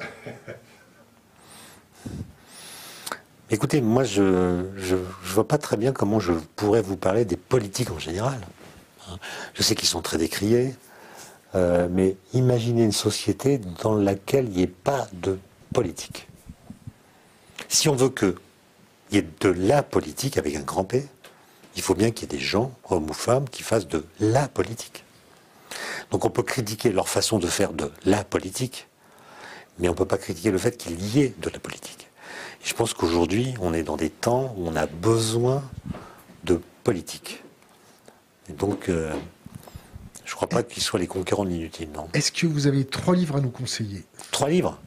Écoutez, moi, je vois pas très bien comment je pourrais vous parler des politiques en général. Je sais qu'ils sont très décriés, mais imaginez une société dans laquelle il n'y ait pas de politique. Si on veut qu'il y ait de la politique avec un grand P, il faut bien qu'il y ait des gens, hommes ou femmes, qui fassent de la politique. Donc on peut critiquer leur façon de faire de la politique, mais on ne peut pas critiquer le fait qu'il y ait de la politique. Et je pense qu'aujourd'hui, on est dans des temps où on a besoin de politique. Et donc, je ne crois pas qu'ils soient les conquérants de l'inutile, non. Est-ce que vous avez 3 livres à nous conseiller? 3 livres?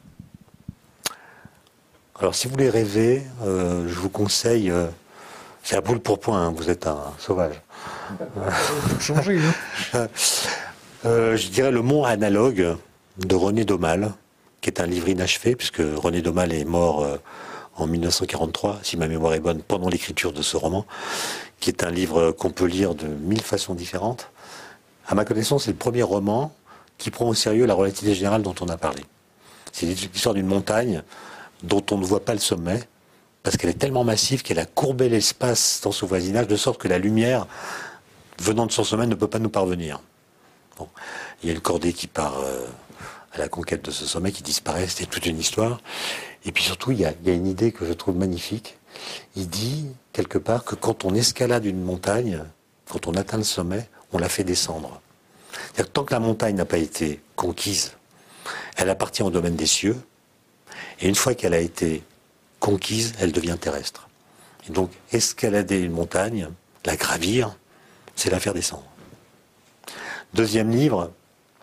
Alors, si vous voulez rêver, je vous conseille... c'est à boule pour point, hein, vous êtes un sauvage. Faut changer, hein. Je dirais Le Mont Analogue de René Daumal, qui est un livre inachevé, puisque René Daumal est mort en 1943, si ma mémoire est bonne, pendant l'écriture de ce roman, qui est un livre qu'on peut lire de 1000 façons différentes. À ma connaissance, c'est le premier roman qui prend au sérieux la relativité générale dont on a parlé. C'est l'histoire d'une montagne dont on ne voit pas le sommet, parce qu'elle est tellement massive qu'elle a courbé l'espace dans son voisinage, de sorte que la lumière venant de son sommet ne peut pas nous parvenir. Bon. Il y a le cordée qui part à la conquête de ce sommet, qui disparaît, c'était toute une histoire. Et puis surtout, il y a une idée que je trouve magnifique. Il dit, quelque part, que quand on escalade une montagne, quand on atteint le sommet, on la fait descendre. C'est-à-dire que tant que la montagne n'a pas été conquise, elle appartient au domaine des cieux, et une fois qu'elle a été conquise, elle devient terrestre. Et donc, escalader une montagne, la gravir, c'est la faire descendre. Deuxième livre,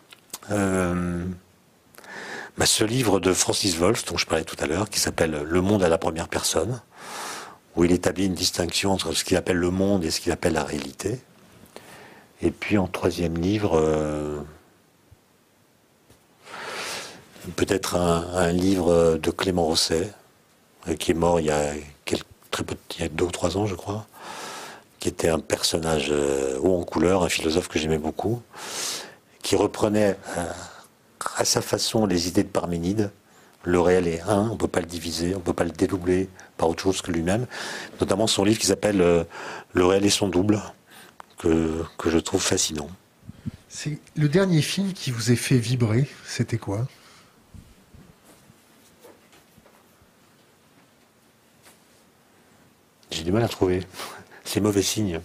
ce livre de Francis Wolff, dont je parlais tout à l'heure, qui s'appelle Le monde à la première personne, où il établit une distinction entre ce qu'il appelle le monde et ce qu'il appelle la réalité. Et puis en troisième livre, peut-être un livre de Clément Rosset, qui est mort il y a il y a 2 ou 3 ans, je crois, qui était un personnage haut en couleur, un philosophe que j'aimais beaucoup, qui reprenait à sa façon les idées de Parménide. Le réel est un, on ne peut pas le diviser, on ne peut pas le dédoubler par autre chose que lui-même. Notamment son livre qui s'appelle Le réel et son double, que je trouve fascinant. C'est le dernier film qui vous a fait vibrer, c'était quoi ? J'ai du mal à trouver. C'est mauvais signe.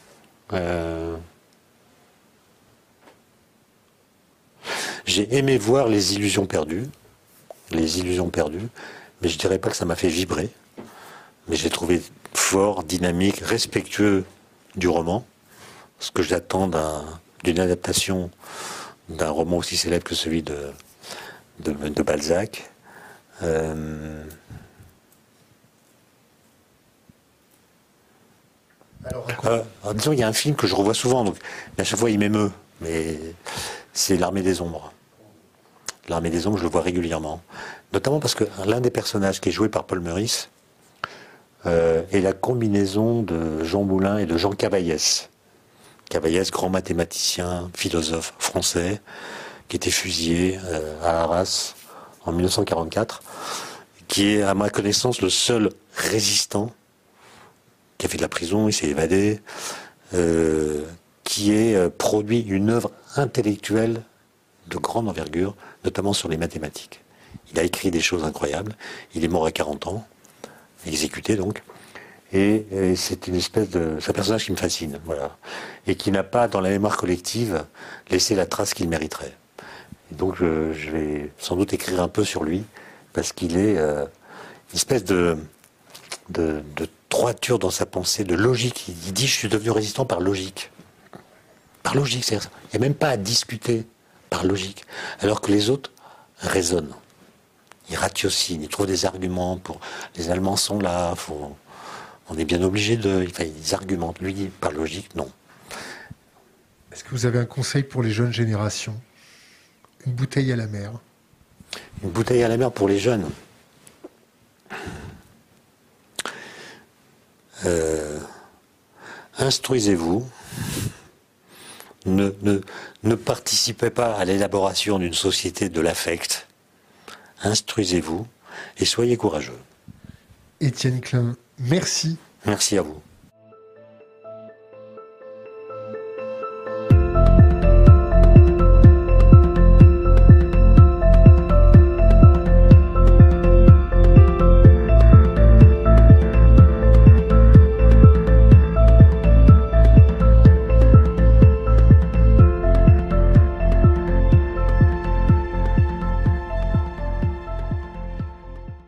J'ai aimé voir Les Illusions perdues. Les Illusions perdues. Mais je dirais pas que ça m'a fait vibrer. Mais j'ai trouvé fort, dynamique, respectueux du roman. Ce que j'attends d'une adaptation d'un roman aussi célèbre que celui de Balzac. Disons, il y a un film que je revois souvent, donc à chaque fois il m'émeut, mais c'est L'Armée des Ombres. L'Armée des Ombres, je le vois régulièrement. Notamment parce que l'un des personnages qui est joué par Paul Meurice est la combinaison de Jean Moulin et de Jean Cavaillès. Cavaillès, grand mathématicien, philosophe français, qui était fusillé à Arras en 1944, qui est, à ma connaissance, le seul résistant qui a fait de la prison, il s'est évadé, qui ait produit une œuvre intellectuelle de grande envergure, notamment sur les mathématiques. Il a écrit des choses incroyables, il est mort à 40 ans, exécuté donc, et c'est une espèce de... C'est un personnage qui me fascine, voilà, et qui n'a pas, dans la mémoire collective, laissé la trace qu'il mériterait. Et donc je vais sans doute écrire un peu sur lui, parce qu'il est une espèce de droiture dans sa pensée, de logique. Il dit, je suis devenu résistant par logique. Par logique, c'est-à-dire, il n'y a même pas à discuter par logique. Alors que les autres raisonnent. Ils ratiocinent, ils trouvent des arguments pour... Les Allemands sont là, on est bien obligé de... Enfin, ils argumentent. Lui, par logique, non. Est-ce que vous avez un conseil pour les jeunes générations ? Une bouteille à la mer. Une bouteille à la mer pour les jeunes. Instruisez-vous, ne participez pas à l'élaboration d'une société de l'affect, instruisez-vous et soyez courageux. Étienne Klein, merci. Merci à vous.